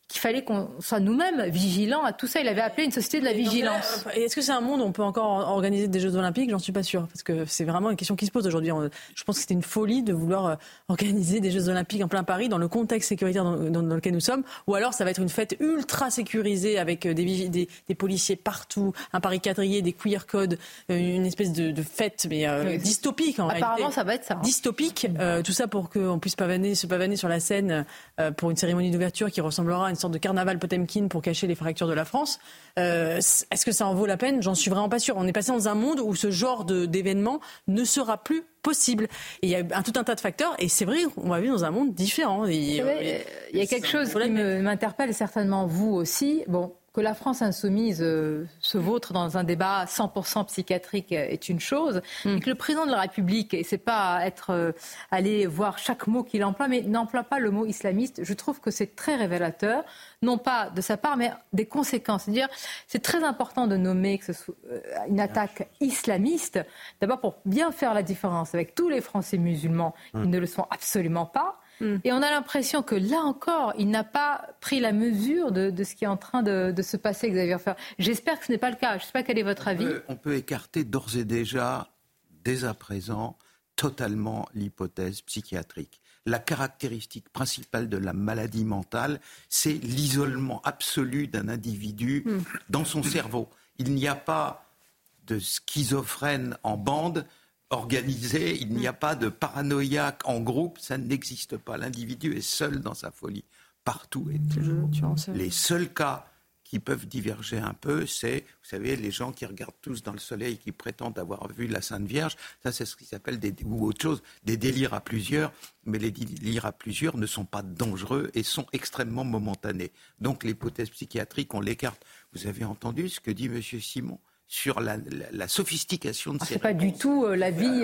qu'il fallait qu'on soit nous-mêmes vigilants à tout ça. Il avait appelé une société de la vigilance. Et est-ce que c'est un monde où on peut encore organiser des Jeux Olympiques ? J'en suis pas sûre, parce que c'est vraiment une question qui se pose aujourd'hui. Je pense que c'était une folie de vouloir organiser des Jeux Olympiques en plein Paris dans le contexte sécuritaire dans lequel nous sommes, ou alors ça va être une fête ultra sécurisée avec des policiers partout, un Paris quadrillé, des QR codes, une espèce de fête mais dystopique en réalité. Apparemment, ça va être ça. Dystopique, tout ça pour qu'on puisse se pavaner sur la scène pour une cérémonie d'ouverture qui ressemblera à une sorte de carnaval Potemkin pour cacher les fractures de la France. Est-ce que ça en vaut la peine ? J'en suis vraiment pas sûre. On est passé dans un monde où ce genre d'événement ne sera plus possible. Et il y a tout un tas de facteurs, et c'est vrai, on va vivre dans un monde différent. Il y a quelque chose qui m'interpelle, certainement vous aussi. Bon, que la France insoumise se vautre dans un débat 100% psychiatrique est une chose, mais que le président de la République, et c'est pas aller voir chaque mot qu'il emploie, mais n'emploie pas le mot islamiste, je trouve que c'est très révélateur, non pas de sa part, mais des conséquences. C'est-à-dire, c'est très important de nommer que ce soit une attaque islamiste, d'abord pour bien faire la différence avec tous les Français musulmans qui ne le sont absolument pas. Et on a l'impression que là encore, il n'a pas pris la mesure de ce qui est en train de se passer, Xavier Ferrer. J'espère que ce n'est pas le cas. Je ne sais pas quel est votre avis. On peut écarter d'ores et déjà, dès à présent, totalement l'hypothèse psychiatrique. La caractéristique principale de la maladie mentale, c'est l'isolement absolu d'un individu dans son cerveau. Il n'y a pas de schizophrène en bande organisé, il n'y a pas de paranoïaque en groupe, ça n'existe pas. L'individu est seul dans sa folie, partout et toujours. Les seuls cas qui peuvent diverger un peu, c'est, vous savez, les gens qui regardent tous dans le soleil, qui prétendent avoir vu la Sainte Vierge, ça c'est ce qui s'appelle ou autre chose, des délires à plusieurs, mais les délires à plusieurs ne sont pas dangereux et sont extrêmement momentanés. Donc l'hypothèse psychiatrique, on l'écarte. Vous avez entendu ce que dit M. Simon sur la sophistication de ces c'est pas du tout l'avis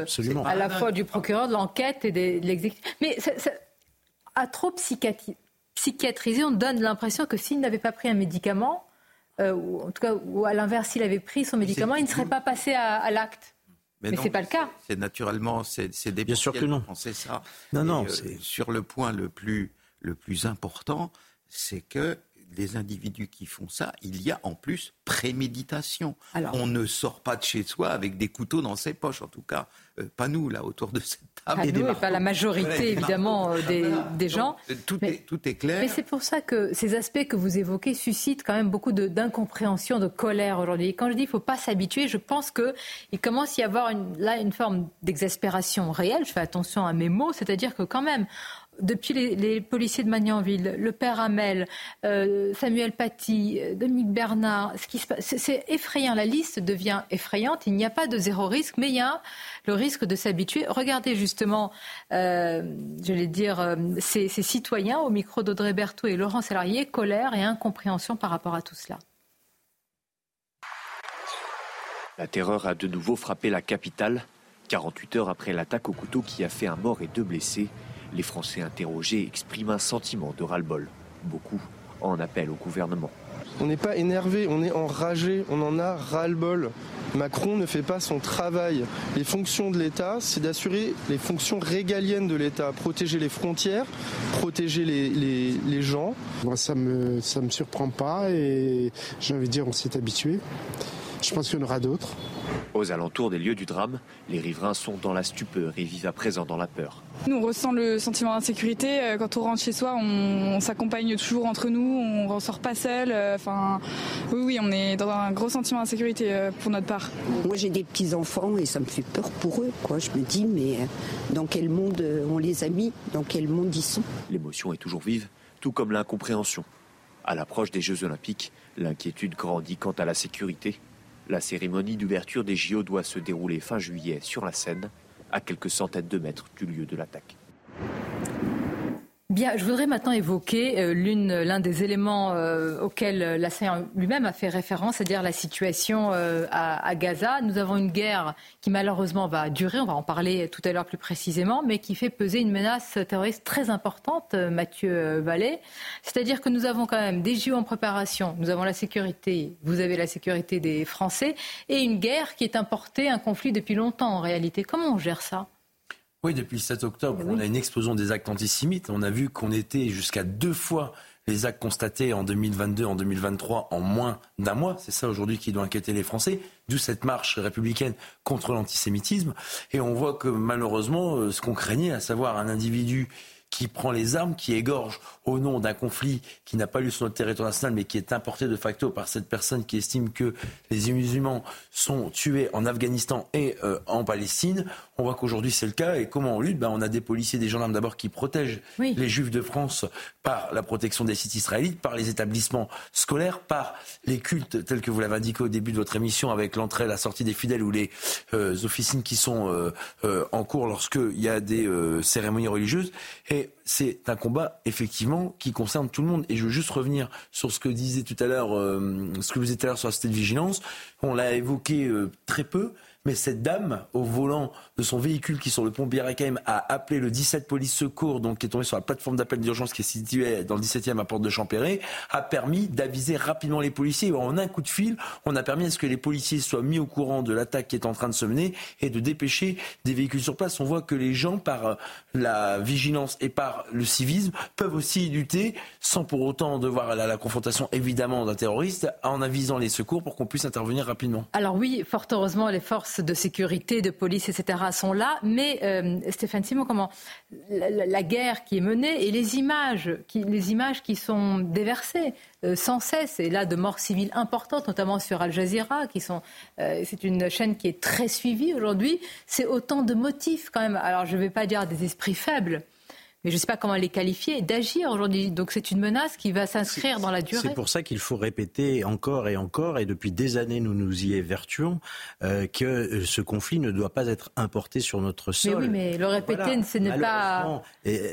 à la fois du procureur, de l'enquête et de l'exécutif. Mais à trop psychiatriser, on donne l'impression que s'il n'avait pas pris un médicament, ou en tout cas, ou à l'inverse, s'il avait pris son médicament, il ne serait pas passé à l'acte. Mais ce n'est pas le cas. C'est naturellement, c'est des bien sûr que non. Penser ça. Non, sur le point le plus important, c'est que les individus qui font ça, il y a en plus préméditation. Alors, on ne sort pas de chez soi avec des couteaux dans ses poches, en tout cas, pas nous, là, autour de cette table. Et pas la majorité, évidemment, des gens. Tout est clair. Mais c'est pour ça que ces aspects que vous évoquez suscitent quand même beaucoup d'incompréhension, de colère aujourd'hui. Et quand je dis qu'il ne faut pas s'habituer, je pense qu'il commence à y avoir une forme d'exaspération réelle. Je fais attention à mes mots, c'est-à-dire que quand même, depuis les policiers de Magnanville, le père Hamel, Samuel Paty, Dominique Bernard, ce qui se passe, c'est effrayant. La liste devient effrayante. Il n'y a pas de zéro risque, mais il y a le risque de s'habituer. Regardez justement, ces citoyens au micro d'Audrey Berthaud et Laurent Sélarié, colère et incompréhension par rapport à tout cela. La terreur a de nouveau frappé la capitale. 48 heures après l'attaque au couteau qui a fait un mort et 2 blessés, les Français interrogés expriment un sentiment de ras-le-bol. Beaucoup en appellent au gouvernement. On n'est pas énervé, on est enragé, on en a ras-le-bol. Macron ne fait pas son travail. Les fonctions de l'État, c'est d'assurer les fonctions régaliennes de l'État, protéger les frontières, protéger les gens. Moi, ça me surprend pas et j'ai envie de dire on s'est habitué. Je pense qu'il y en aura d'autres. Aux alentours des lieux du drame, les riverains sont dans la stupeur et vivent à présent dans la peur. Nous, on ressent le sentiment d'insécurité. Quand on rentre chez soi, on s'accompagne toujours entre nous, on ne ressort pas seul. Oui, on est dans un gros sentiment d'insécurité pour notre part. Moi, j'ai des petits-enfants et ça me fait peur pour eux, quoi. Je me dis, mais dans quel monde on les a mis ? Dans quel monde ils sont ? L'émotion est toujours vive, tout comme l'incompréhension. À l'approche des Jeux Olympiques, l'inquiétude grandit quant à la sécurité. La cérémonie d'ouverture des JO doit se dérouler fin juillet sur la Seine, à quelques centaines de mètres du lieu de l'attaque. Bien, je voudrais maintenant évoquer l'un des éléments auxquels l'assaillant lui-même a fait référence, c'est-à-dire la situation à Gaza. Nous avons une guerre qui malheureusement va durer, on va en parler tout à l'heure plus précisément, mais qui fait peser une menace terroriste très importante, Mathieu Vallet. C'est-à-dire que nous avons quand même des JO en préparation, nous avons la sécurité, vous avez la sécurité des Français, et une guerre qui est importée, un conflit depuis longtemps en réalité. Comment on gère ça ? Oui, depuis le 7 octobre, on a une explosion des actes antisémites. On a vu qu'on était jusqu'à 2 fois les actes constatés en 2022, en 2023, en moins d'un mois. C'est ça aujourd'hui qui doit inquiéter les Français, d'où cette marche républicaine contre l'antisémitisme. Et on voit que malheureusement, ce qu'on craignait, à savoir un individu qui prend les armes, qui égorge au nom d'un conflit qui n'a pas lieu sur notre territoire national, mais qui est importé de facto par cette personne qui estime que les musulmans sont tués en Afghanistan et en Palestine. On voit qu'aujourd'hui c'est le cas. Et comment on lutte ? On a des policiers, des gendarmes d'abord qui protègent les Juifs de France par la protection des sites israélites, par les établissements scolaires, par les cultes tels que vous l'avez indiqué au début de votre émission, avec l'entrée et la sortie des fidèles ou les officines qui sont en cours lorsqu'il y a des cérémonies religieuses. Et c'est un combat, effectivement, qui concerne tout le monde. Et je veux juste revenir sur ce que disait tout à l'heure, ce que vous disiez tout à l'heure sur la cité de vigilance. On l'a évoqué très peu, mais cette dame, au volant de son véhicule qui est sur le pont Bir Hakeim, a appelé le 17 police secours, donc qui est tombé sur la plateforme d'appel d'urgence qui est située dans le 17e à Porte de Champéret, a permis d'aviser rapidement les policiers. En un coup de fil, on a permis à ce que les policiers soient mis au courant de l'attaque qui est en train de se mener et de dépêcher des véhicules sur place. On voit que les gens, par la vigilance et par le civisme, peuvent aussi lutter sans pour autant devoir aller à la confrontation, évidemment, d'un terroriste, en avisant les secours pour qu'on puisse intervenir rapidement. Alors oui, fort heureusement, les forces de sécurité, de police, etc. sont là. Mais Stéphane Simon, la guerre qui est menée et les images qui sont déversées sans cesse, et là de morts civiles importantes, notamment sur Al Jazeera, c'est une chaîne qui est très suivie aujourd'hui. C'est autant de motifs quand même. Alors je ne vais pas dire des esprits faibles, mais je ne sais pas comment les qualifier, d'agir aujourd'hui. Donc c'est une menace qui va s'inscrire dans la durée. C'est pour ça qu'il faut répéter encore et encore, et depuis des années nous nous y évertuons, que ce conflit ne doit pas être importé sur notre sol. Mais oui, mais le répéter, ce n'est pas...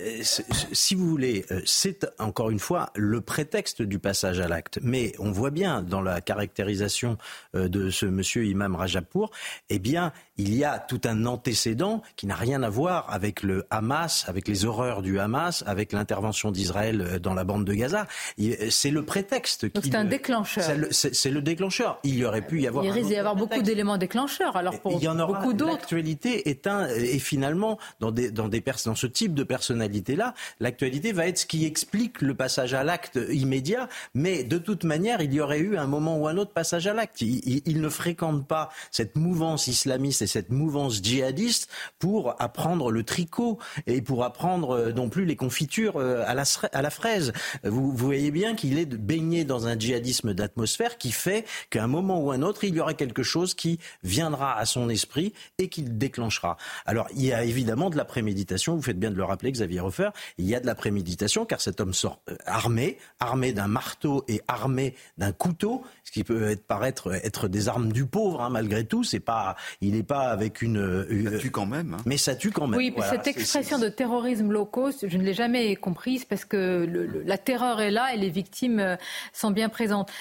Si vous voulez, c'est encore une fois le prétexte du passage à l'acte. Mais on voit bien dans la caractérisation de ce monsieur Imam Rajapour, eh bien, il y a tout un antécédent qui n'a rien à voir avec le Hamas, avec les horreurs du Hamas, avec l'intervention d'Israël dans la bande de Gaza. C'est le prétexte. Donc c'est un déclencheur. C'est le déclencheur. Il y aurait pu y avoir... Il risque d'y avoir beaucoup d'éléments déclencheurs. Alors pour beaucoup d'autres... L'actualité est finalement, dans ce type de personnalité-là, l'actualité va être ce qui explique le passage à l'acte immédiat, mais de toute manière, il y aurait eu un moment ou un autre passage à l'acte. Il ne fréquente pas cette mouvance islamiste et cette mouvance djihadiste pour apprendre le tricot et pour apprendre non plus les confitures à la fraise. Vous voyez bien qu'il est baigné dans un djihadisme d'atmosphère qui fait qu'à un moment ou un autre, il y aura quelque chose qui viendra à son esprit et qui le déclenchera. Alors, il y a évidemment de la préméditation, vous faites bien de le rappeler, Xavier Hofer, il y a de la préméditation car cet homme sort armé d'un marteau et armé d'un couteau, ce qui peut paraître être des armes du pauvre, malgré tout, il n'est pas avec une... Ça tue quand même. Mais ça tue quand même. Oui, voilà, cette expression de terrorisme low cost, je ne l'ai jamais comprise parce que la terreur est là et les victimes sont bien présentes.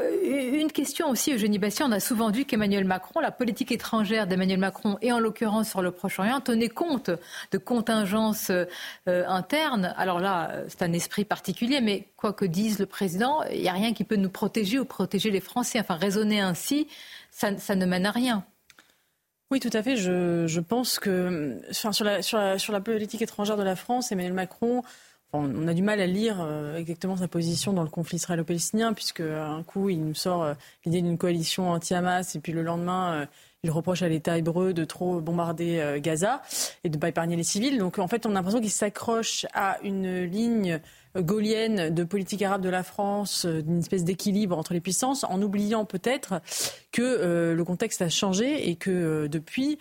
Une question aussi, Eugénie Bastier, on a souvent dit qu'Emmanuel Macron, la politique étrangère d'Emmanuel Macron et en l'occurrence sur le Proche-Orient, tenait compte de contingences internes. Alors là, c'est un esprit particulier, mais quoi que dise le président, il n'y a rien qui peut nous protéger ou protéger les Français. Enfin, raisonner ainsi, ça ne mène à rien. Oui, tout à fait. Je pense que sur la politique étrangère de la France, Emmanuel Macron, on a du mal à lire exactement sa position dans le conflit israélo-palestinien, puisque un coup, il nous sort l'idée d'une coalition anti-Hamas, et puis le lendemain, il reproche à l'État hébreu de trop bombarder Gaza et de ne pas épargner les civils. Donc en fait, on a l'impression qu'il s'accroche à une ligne gaullienne de politique arabe de la France, d'une espèce d'équilibre entre les puissances, en oubliant peut-être que le contexte a changé et que depuis,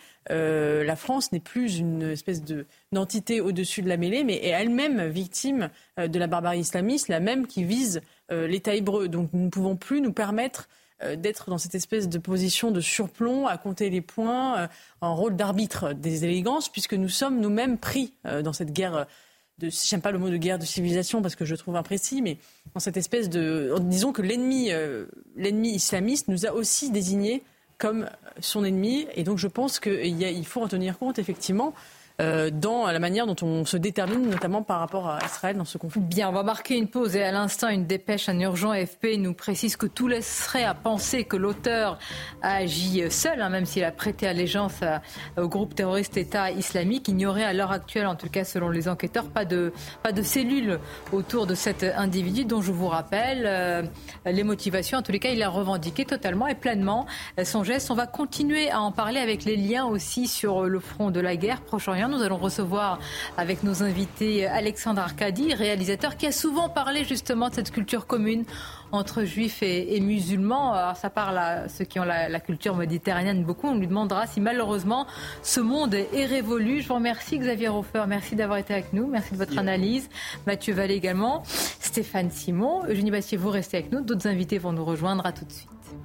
la France n'est plus une espèce d'entité au-dessus de la mêlée, mais est elle-même victime de la barbarie islamiste, la même qui vise l'État hébreu. Donc nous ne pouvons plus nous permettre d'être dans cette espèce de position de surplomb, à compter les points, en rôle d'arbitre des élégances, puisque nous sommes nous-mêmes pris dans cette guerre j'aime pas le mot de guerre de civilisation parce que je le trouve imprécis, mais dans cette espèce disons que l'ennemi islamiste nous a aussi désignés comme son ennemi, et donc je pense qu'il faut en tenir compte effectivement. dans la manière dont on se détermine, notamment par rapport à Israël dans ce conflit. Bien, on va marquer une pause et à l'instant, une dépêche en urgent AFP nous précise que tout laisserait à penser que l'auteur a agi seul, même s'il a prêté allégeance au groupe terroriste État islamique. Il n'y aurait à l'heure actuelle, en tout cas selon les enquêteurs, pas de cellules autour de cet individu dont je vous rappelle les motivations. En tous les cas, il a revendiqué totalement et pleinement son geste. On va continuer à en parler avec les liens aussi sur le front de la guerre Proche-Orient. Nous allons recevoir avec nos invités Alexandre Arcadi, réalisateur qui a souvent parlé justement de cette culture commune entre juifs et musulmans. Alors ça parle à ceux qui ont la culture méditerranéenne beaucoup. On lui demandera si malheureusement ce monde est révolu. Je vous remercie Xavier Hofer, merci d'avoir été avec nous, merci de votre analyse. Mathieu Vallée également, Stéphane Simon, Eugénie Bastier, vous restez avec nous. D'autres invités vont nous rejoindre, à tout de suite.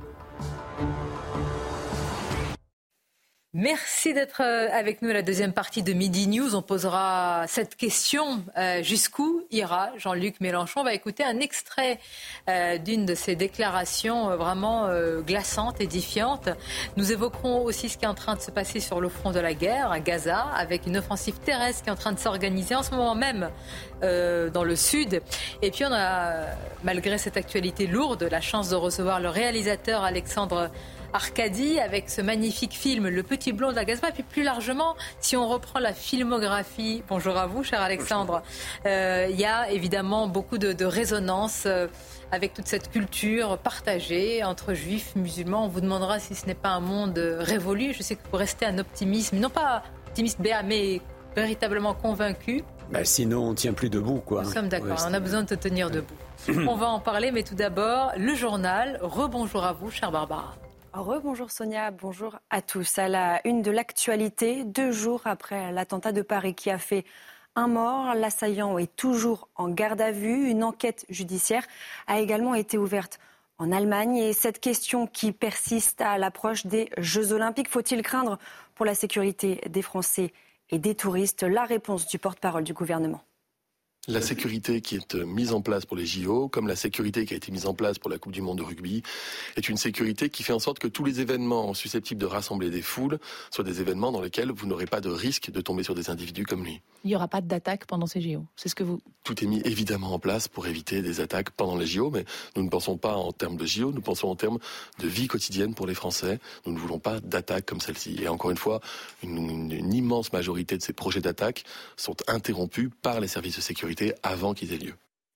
Merci d'être avec nous à la deuxième partie de Midi News. On posera cette question, jusqu'où ira Jean-Luc Mélenchon? On va écouter un extrait d'une de ses déclarations vraiment glaçantes, édifiantes. Nous évoquerons aussi ce qui est en train de se passer sur le front de la guerre, à Gaza, avec une offensive terrestre qui est en train de s'organiser en ce moment même dans le sud. Et puis on a, malgré cette actualité lourde, la chance de recevoir le réalisateur Alexandre Arcadi avec ce magnifique film Le Petit Blond de la Gaza. Et puis plus largement, si on reprend la filmographie, bonjour à vous cher Alexandre, il y a évidemment beaucoup de résonance avec toute cette culture partagée entre juifs, musulmans. On vous demandera si ce n'est pas un monde révolu. Je sais que vous restez un optimisme, non pas optimiste béat, mais véritablement convaincu. Sinon on ne tient plus debout, quoi. Nous sommes d'accord, on a besoin de te tenir debout. On va en parler, mais tout d'abord, le journal. Rebonjour à vous, chère Barbara. Rebonjour Sonia, bonjour à tous. À la une de l'actualité, 2 jours après l'attentat de Paris qui a fait un mort, l'assaillant est toujours en garde à vue. Une enquête judiciaire a également été ouverte en Allemagne. Et cette question qui persiste à l'approche des Jeux Olympiques, faut-il craindre pour la sécurité des Français et des touristes? La réponse du porte-parole du gouvernement. La sécurité qui est mise en place pour les JO, comme la sécurité qui a été mise en place pour la Coupe du Monde de rugby, est une sécurité qui fait en sorte que tous les événements susceptibles de rassembler des foules soient des événements dans lesquels vous n'aurez pas de risque de tomber sur des individus comme lui. Il n'y aura pas d'attaque pendant ces JO, c'est ce que vous... Tout est mis évidemment en place pour éviter des attaques pendant les JO, mais nous ne pensons pas en termes de JO, nous pensons en termes de vie quotidienne pour les Français. Nous ne voulons pas d'attaques comme celle-ci. Et encore une fois, une immense majorité de ces projets d'attaque sont interrompus par les services de sécurité avant qu'ils aient lieu.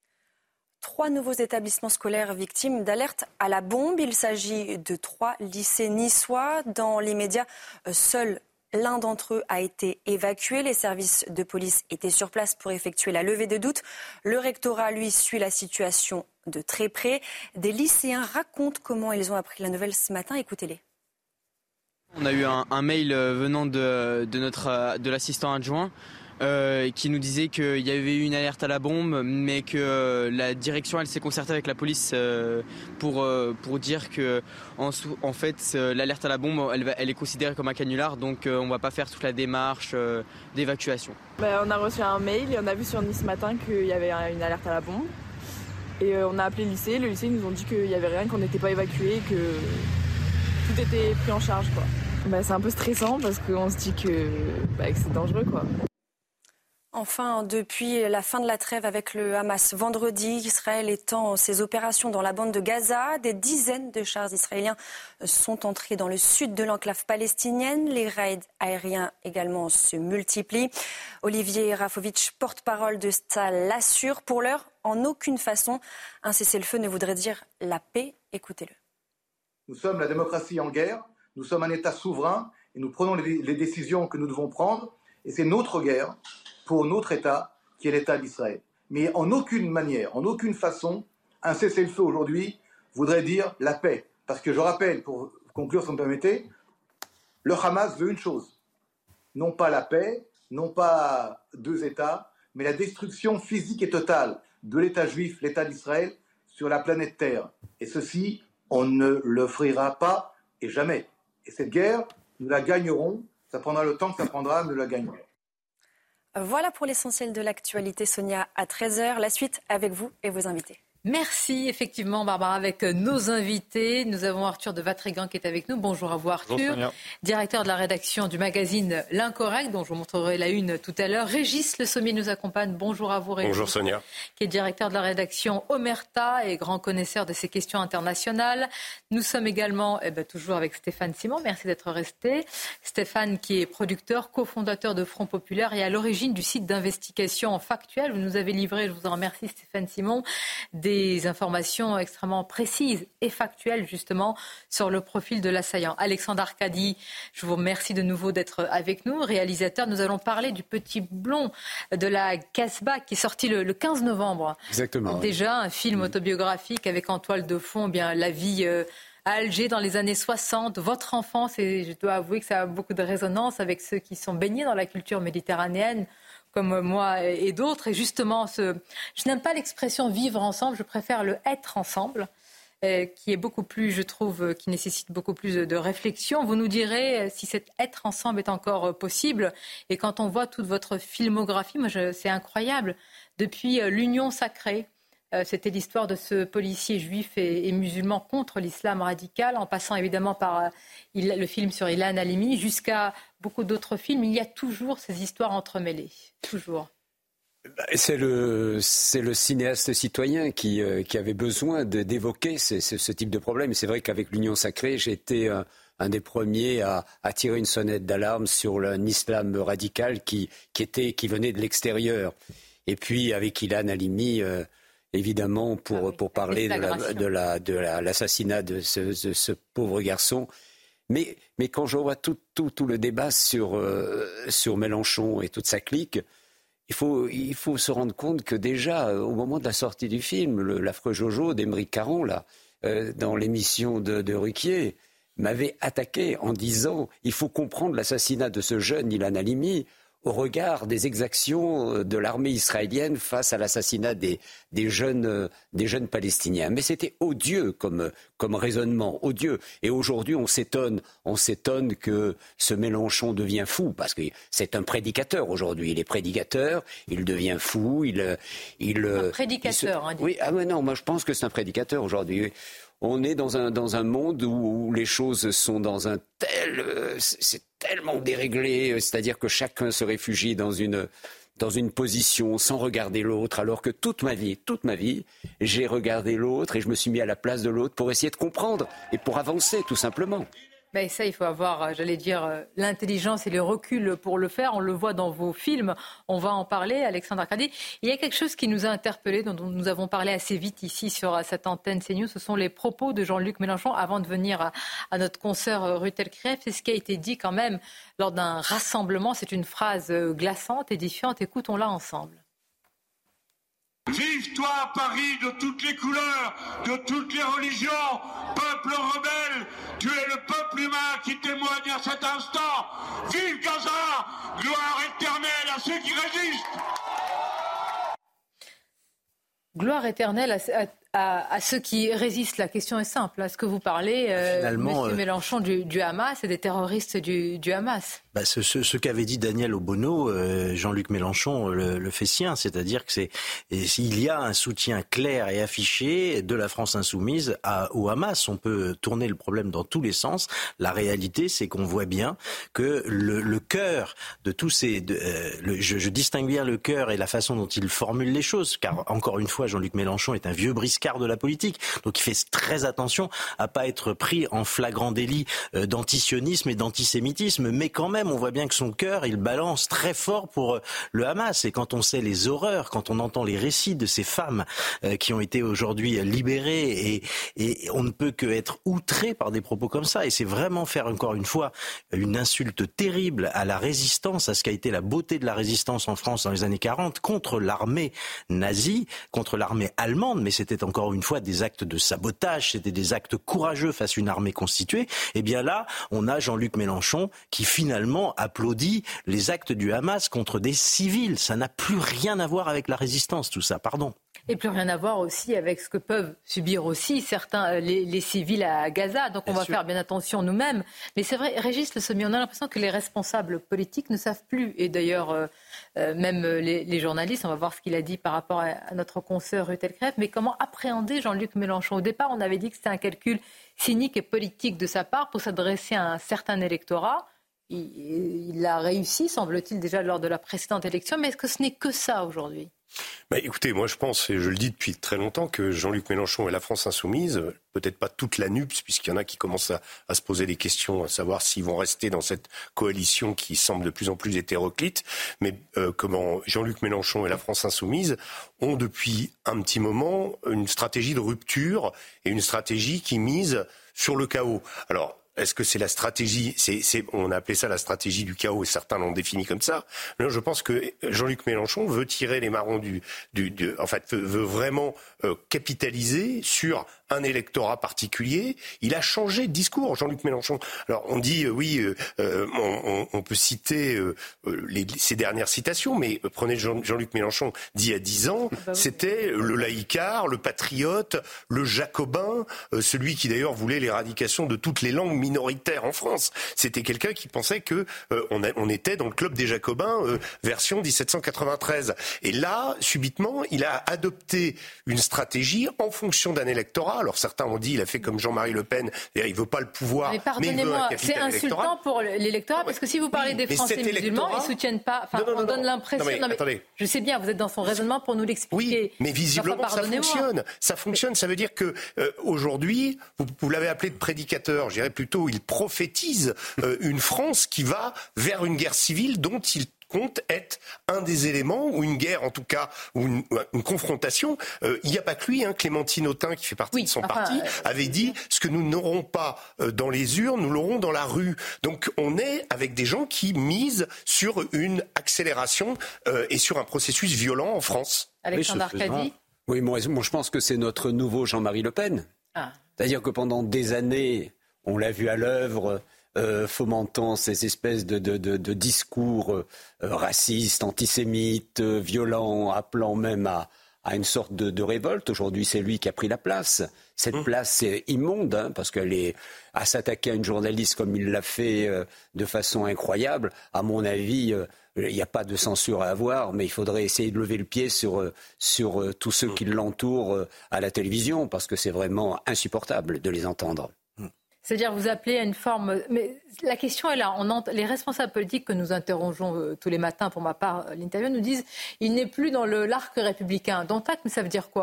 3 nouveaux établissements scolaires victimes d'alerte à la bombe. Il s'agit de 3 lycées niçois. Dans les médias, seul l'un d'entre eux a été évacué. Les services de police étaient sur place pour effectuer la levée de doute. Le rectorat, lui, suit la situation de très près. Des lycéens racontent comment ils ont appris la nouvelle ce matin. Écoutez-les. On a eu un mail venant de l'assistant adjoint qui nous disait qu'il y avait eu une alerte à la bombe, mais que la direction elle s'est concertée avec la police pour dire que en fait l'alerte à la bombe elle est considérée comme un canular, donc on va pas faire toute la démarche d'évacuation. On a reçu un mail et on a vu sur Nice ce matin qu'il y avait une alerte à la bombe et on a appelé le lycée ils nous ont dit qu'il y avait rien, qu'on n'était pas évacué, que tout était pris en charge, quoi. C'est un peu stressant parce qu'on se dit que c'est dangereux, quoi. Enfin, depuis la fin de la trêve avec le Hamas vendredi, Israël étend ses opérations dans la bande de Gaza. Des dizaines de chars israéliens sont entrés dans le sud de l'enclave palestinienne. Les raids aériens également se multiplient. Olivier Rafovitch, porte-parole de Tsahal, l'assure. Pour l'heure, en aucune façon, un cessez-le-feu ne voudrait dire la paix. Écoutez-le. Nous sommes la démocratie en guerre, nous sommes un État souverain et nous prenons les décisions que nous devons prendre. Et c'est notre guerre pour notre État, qui est l'État d'Israël. Mais en aucune manière, en aucune façon, un cessez-le-feu aujourd'hui voudrait dire la paix. Parce que je rappelle, pour conclure si vous me permettez, le Hamas veut une chose. Non pas la paix, non pas 2 États, mais la destruction physique et totale de l'État juif, l'État d'Israël, sur la planète Terre. Et ceci, on ne l'offrira pas et jamais. Et cette guerre, nous la gagnerons. Ça prendra le temps que ça prendra, mais nous la gagnerons. Voilà pour l'essentiel de l'actualité, Sonia, à 13h. La suite avec vous et vos invités. Merci, effectivement, Barbara, avec nos invités. Nous avons Arthur de Vatrigan qui est avec nous. Bonjour à vous, Arthur. Bonjour, directeur de la rédaction du magazine L'Incorrect, dont je vous montrerai la une tout à l'heure. Régis Le Sommier nous accompagne. Bonjour à vous, Régis. Bonjour, Sonia. Qui est directeur de la rédaction Omerta et grand connaisseur de ces questions internationales. Nous sommes également, toujours avec Stéphane Simon. Merci d'être resté. Stéphane, qui est producteur, cofondateur de Front Populaire et à l'origine du site d'investigation factuelle. Vous nous avez livré, je vous en remercie, Stéphane Simon, des informations extrêmement précises et factuelles justement sur le profil de l'assaillant. Alexandre Arcadi, je vous remercie de nouveau d'être avec nous. Réalisateur, nous allons parler du Petit Blond de la Casbah qui est sorti le 15 novembre. Exactement. Déjà, un film autobiographique avec en toile de fond la vie à Alger dans les années 60. Votre enfance, et je dois avouer que ça a beaucoup de résonance avec ceux qui sont baignés dans la culture méditerranéenne, comme moi et d'autres. Et justement, je n'aime pas l'expression vivre ensemble, je préfère le être ensemble, qui est beaucoup plus, je trouve, qui nécessite beaucoup plus de réflexion. Vous nous direz si cet être ensemble est encore possible. Et quand on voit toute votre filmographie, c'est incroyable. Depuis l'Union sacrée, c'était l'histoire de ce policier juif et musulman contre l'islam radical, en passant évidemment par le film sur Ilan Halimi, jusqu'à beaucoup d'autres films. Il y a toujours ces histoires entremêlées. Toujours. C'est le cinéaste citoyen qui avait besoin d'évoquer ce type de problème. Et c'est vrai qu'avec l'Union sacrée, j'ai été un des premiers à tirer une sonnette d'alarme sur un islam radical qui venait de l'extérieur. Et puis avec Ilan Halimi, évidemment, pour parler de l'assassinat de ce pauvre garçon. Mais quand je vois tout le débat sur Mélenchon et toute sa clique, il faut se rendre compte que déjà, au moment de la sortie du film, l'affreux Jojo d'Aymeric Caron, dans l'émission de Ruquier, m'avait attaqué en disant « Il faut comprendre l'assassinat de ce jeune Ilan Halimi » au regard des exactions de l'armée israélienne face à l'assassinat des jeunes Palestiniens. Mais c'était odieux comme raisonnement, odieux. Et aujourd'hui, on s'étonne que ce Mélenchon devient fou, parce que c'est un prédicateur aujourd'hui. Il est prédicateur, il devient fou, un prédicateur, oui, mais non, moi je pense que c'est un prédicateur aujourd'hui. On est dans un monde où les choses sont dans un c'est tellement déréglé, c'est-à-dire que chacun se réfugie dans une position sans regarder l'autre, alors que toute ma vie, j'ai regardé l'autre et je me suis mis à la place de l'autre pour essayer de comprendre et pour avancer, tout simplement. Ben ça, il faut avoir, l'intelligence et le recul pour le faire. On le voit dans vos films. On va en parler, Alexandre Arcadi. Il y a quelque chose qui nous a interpellés, dont nous avons parlé assez vite ici sur cette antenne CNews. Ce sont les propos de Jean-Luc Mélenchon avant de venir à notre consoeur Ruth Elkrieff. C'est ce qui a été dit quand même lors d'un rassemblement. C'est une phrase glaçante, édifiante. Écoutons-la ensemble. Vive toi Paris de toutes les couleurs, de toutes les religions, peuple rebelle, tu es le peuple humain qui témoigne à cet instant. Vive Gaza, gloire éternelle à ceux qui résistent. Gloire éternelle à ceux qui résistent. La question est simple. Est-ce que vous parlez, M. Mélenchon, du Hamas et des terroristes du Hamas ? Ce qu'avait dit Daniel Obono, Jean-Luc Mélenchon le fait sien, c'est-à-dire que il y a un soutien clair et affiché de la France insoumise au Hamas. On peut tourner le problème dans tous les sens. La réalité, c'est qu'on voit bien que le cœur de tous ces... je distingue bien le cœur et la façon dont il formule les choses, car encore une fois, Jean-Luc Mélenchon est un vieux briscard de la politique, donc il fait très attention à pas être pris en flagrant délit d'antisionisme et d'antisémitisme, mais quand même on voit bien que son cœur, il balance très fort pour le Hamas. Et quand on sait les horreurs, quand on entend les récits de ces femmes qui ont été aujourd'hui libérées, et on ne peut que être outré par des propos comme ça. Et c'est vraiment faire encore une fois une insulte terrible à la résistance, à ce qu'a été la beauté de la résistance en France dans les années 40 contre l'armée nazie, contre l'armée allemande. Mais c'était encore une fois des actes de sabotage, c'était des actes courageux face à une armée constituée. Et bien là, on a Jean-Luc Mélenchon qui finalement applaudit les actes du Hamas contre des civils. Ça n'a plus rien à voir avec la résistance, tout ça, pardon. Et plus rien à voir aussi avec ce que peuvent subir aussi certains, les civils à Gaza. Donc on va faire bien attention nous-mêmes. Mais c'est vrai, Régis Le Sommier, on a l'impression que les responsables politiques ne savent plus. Et d'ailleurs, même les journalistes, on va voir ce qu'il a dit par rapport à notre consoeur Ruth Elkref. Mais comment appréhender Jean-Luc Mélenchon ? Au départ, on avait dit que c'était un calcul cynique et politique de sa part pour s'adresser à un certain électorat. Il a réussi, semble-t-il, déjà lors de la précédente élection. Mais est-ce que ce n'est que ça aujourd'hui ? Écoutez, moi je pense, et je le dis depuis très longtemps, que Jean-Luc Mélenchon et la France insoumise, peut-être pas toute la NUPS, puisqu'il y en a qui commencent à se poser des questions, à savoir s'ils vont rester dans cette coalition qui semble de plus en plus hétéroclite, mais comment Jean-Luc Mélenchon et la France insoumise ont depuis un petit moment une stratégie de rupture et une stratégie qui mise sur le chaos. Alors, est-ce que c'est la stratégie, on a appelé ça la stratégie du chaos et certains l'ont défini comme ça. Non, je pense que Jean-Luc Mélenchon veut tirer les marrons veut vraiment capitaliser sur un électorat particulier. Il a changé de discours, Jean-Luc Mélenchon. Alors on dit on peut citer ces dernières citations, mais prenez Jean-Luc Mélenchon d'il y a 10 ans, c'était le laïcard, le patriote, le jacobin, celui qui d'ailleurs voulait l'éradication de toutes les langues minoritaires en France. C'était quelqu'un qui pensait que on était dans le club des jacobins version 1793. Et là, subitement, il a adopté une stratégie en fonction d'un électorat. Alors certains ont dit, il a fait comme Jean-Marie Le Pen, il veut pas le pouvoir, mais il veut un capital c'est insultant pour l'électorat, parce que si vous parlez des Français musulmans, ils soutiennent pas. On donne l'impression. Attendez. Je sais bien, vous êtes dans son raisonnement pour nous l'expliquer. Oui, mais visiblement ça fonctionne. Ça fonctionne. Ça veut dire que aujourd'hui, vous l'avez appelé de prédicateur. Je dirais plutôt, il prophétise une France qui va vers une guerre civile dont il compte être un des éléments, ou une guerre en tout cas, ou une confrontation. Il n'y a pas que lui, Clémentine Autain, qui fait partie de son parti, avait dit ce que nous n'aurons pas dans les urnes, nous l'aurons dans la rue. Donc on est avec des gens qui misent sur une accélération et sur un processus violent en France. Alexandre Arcadi. Oui, moi je pense que c'est notre nouveau Jean-Marie Le Pen. C'est-à-dire que pendant des années, on l'a vu à l'œuvre, fomentant ces espèces de discours racistes, antisémites, violents, appelant même à une sorte de révolte. Aujourd'hui, c'est lui qui a pris la place. Cette place, c'est immonde, parce qu'elle est à s'attaquer à une journaliste comme il l'a fait de façon incroyable. À mon avis, il n'y a pas de censure à avoir, mais il faudrait essayer de lever le pied sur tous ceux qui l'entourent à la télévision, parce que c'est vraiment insupportable de les entendre. C'est-à-dire vous appelez à une forme... Mais la question est là. Les responsables politiques que nous interrogeons tous les matins, pour ma part, l'interview, nous disent il n'est plus dans l'arc républicain. Dont acte, mais ça veut dire quoi ?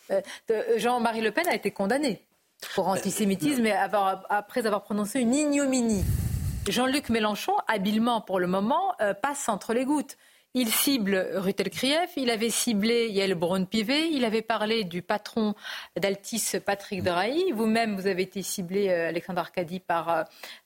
Jean-Marie Le Pen a été condamné pour antisémitisme après avoir prononcé une ignominie. Jean-Luc Mélenchon, habilement pour le moment, passe entre les gouttes. Il cible Ruth Elkref, il avait ciblé Yael Braun-Pivet, il avait parlé du patron d'Altis, Patrick Drahi. Vous-même, vous avez été ciblé, Alexandre Arcadi, par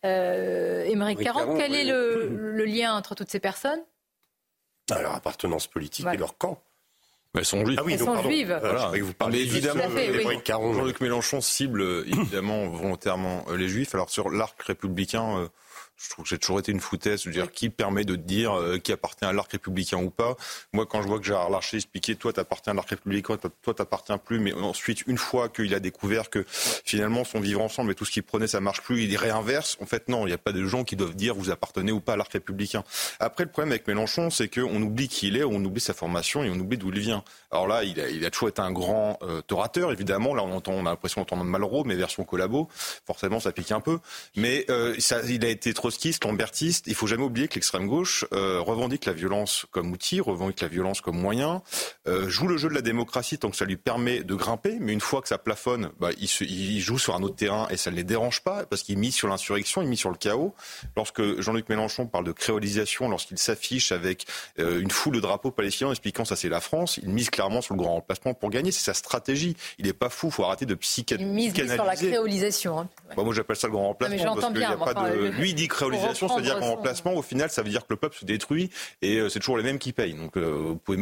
Aymeric Caron. Quel est le lien entre toutes ces personnes ? Leur appartenance politique et leur camp. Elles sont juives. Elles sont juives. Voilà. Vous parlez évidemment, Caron. Jean-Luc Mélenchon cible évidemment volontairement les juifs. Alors sur l'arc républicain... Je trouve que j'ai toujours été une foutaise, je veux dire, qui permet de dire qui appartient à l'arc républicain ou pas. Moi, quand je vois que Gérard Larcher expliquait, toi, t'appartiens à l'arc républicain, toi, t'appartiens plus, mais ensuite, une fois qu'il a découvert que finalement, son vivre ensemble et tout ce qu'il prenait, ça marche plus, il réinverse. En fait, non, il n'y a pas de gens qui doivent dire vous appartenez ou pas à l'arc républicain. Après, le problème avec Mélenchon, c'est qu'on oublie qui il est, on oublie sa formation et on oublie d'où il vient. Alors là, il a toujours été un grand orateur, évidemment. Là, on a l'impression d'entendre Malraux, mais version collabo. Forcément, ça pique un peu. Mais il a été trotskiste, lambertiste. Il faut jamais oublier que l'extrême gauche revendique la violence comme outil, revendique la violence comme moyen, joue le jeu de la démocratie tant que ça lui permet de grimper. Mais une fois que ça plafonne, il joue sur un autre terrain et ça ne les dérange pas parce qu'il mise sur l'insurrection, il mise sur le chaos. Lorsque Jean-Luc Mélenchon parle de créolisation, lorsqu'il s'affiche avec une foule de drapeaux palestiniens expliquant ça c'est la France, il mise clairement sur le grand remplacement pour gagner. C'est sa stratégie. Il n'est pas fou. Il faut arrêter de psychanalyser. Il mise sur la créolisation. Hein. Moi j'appelle ça le grand remplacement parce qu'il y a pas de. Lui il dit créolisation, c'est-à-dire qu'en remplacement, au final, ça veut dire que le peuple se détruit et c'est toujours les mêmes qui payent. Donc vous pouvez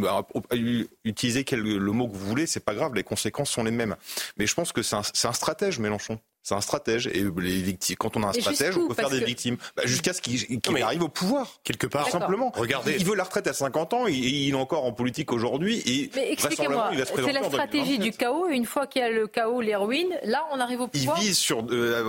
utiliser le mot que vous voulez, c'est pas grave, les conséquences sont les mêmes. Mais je pense que c'est un stratège, Mélenchon. C'est un stratège. Et les victimes, quand on a un stratège, on peut faire des victimes. Jusqu'à ce qu'il arrive au pouvoir. Quelque part. Simplement. Regardez. Il veut la retraite à 50 ans, il est encore en politique aujourd'hui. Mais expliquez-moi, c'est la stratégie du chaos. Et une fois qu'il y a le chaos, les ruines, là, on arrive au pouvoir. Il vise sur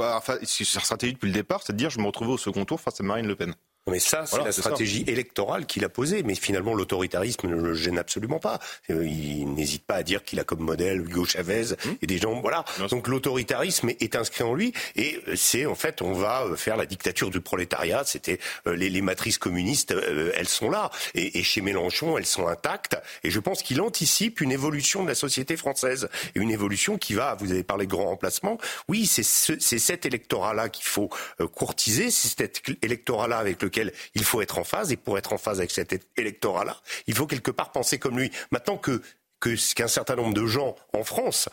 sa stratégie depuis le départ, c'est de dire je me retrouve au second tour face à Marine Le Pen. Mais ça, c'est la stratégie électorale qu'il a posée. Mais finalement, l'autoritarisme ne le gêne absolument pas. Il n'hésite pas à dire qu'il a comme modèle Hugo Chavez et des gens, voilà. Donc l'autoritarisme est inscrit en lui. Et c'est, en fait, on va faire la dictature du prolétariat. C'était les matrices communistes, elles sont là. Et chez Mélenchon, elles sont intactes. Et je pense qu'il anticipe une évolution de la société française. Et une évolution qui va, vous avez parlé de grand remplacement. Oui, c'est cet électorat-là qu'il faut courtiser. C'est cet électorat-là avec lequel il faut être en phase, et pour être en phase avec cet électorat-là, il faut quelque part penser comme lui. Maintenant qu'un certain nombre de gens en France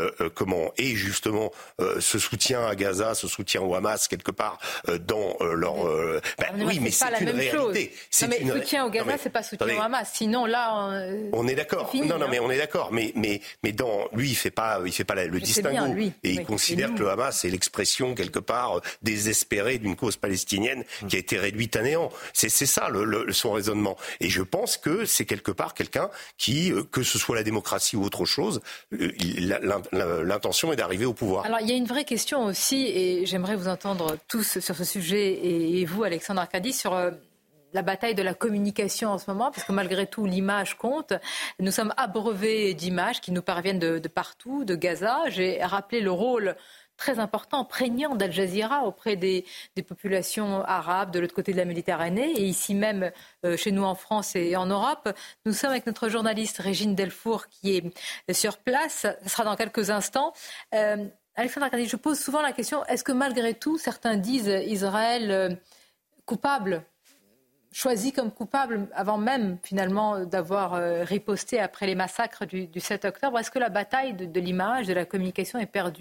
et justement ce soutien à Gaza, ce soutien au Hamas quelque part dans leur oui, mais c'est une réalité. Non, mais soutien au Gaza, c'est pas soutien au Hamas. Sinon là, on est d'accord. Mais on est d'accord. Mais dans lui, il fait pas le distinguo. Et il considère que le Hamas est l'expression quelque part désespérée d'une cause palestinienne qui a été réduite à néant. C'est ça son raisonnement. Et je pense que c'est quelque part quelqu'un qui, que ce soit la démocratie ou autre chose, l'intention est d'arriver au pouvoir. Alors il y a une vraie question aussi, et j'aimerais vous entendre tous sur ce sujet, et vous, Alexandre Arcadi, sur la bataille de la communication en ce moment, parce que malgré tout, l'image compte. Nous sommes abreuvés d'images qui nous parviennent de partout, de Gaza. J'ai rappelé le rôle très important, prégnant d'Al Jazeera auprès des populations arabes de l'autre côté de la Méditerranée, et ici même chez nous en France et en Europe. Nous sommes avec notre journaliste Régine Delfour qui est sur place. Ce sera dans quelques instants. Alexandre Arcadi, je pose souvent la question, est-ce que malgré tout, certains disent Israël coupable, choisi comme coupable avant même finalement d'avoir riposté après les massacres du 7 octobre. Est-ce que la bataille de l'image, de la communication est perdue ?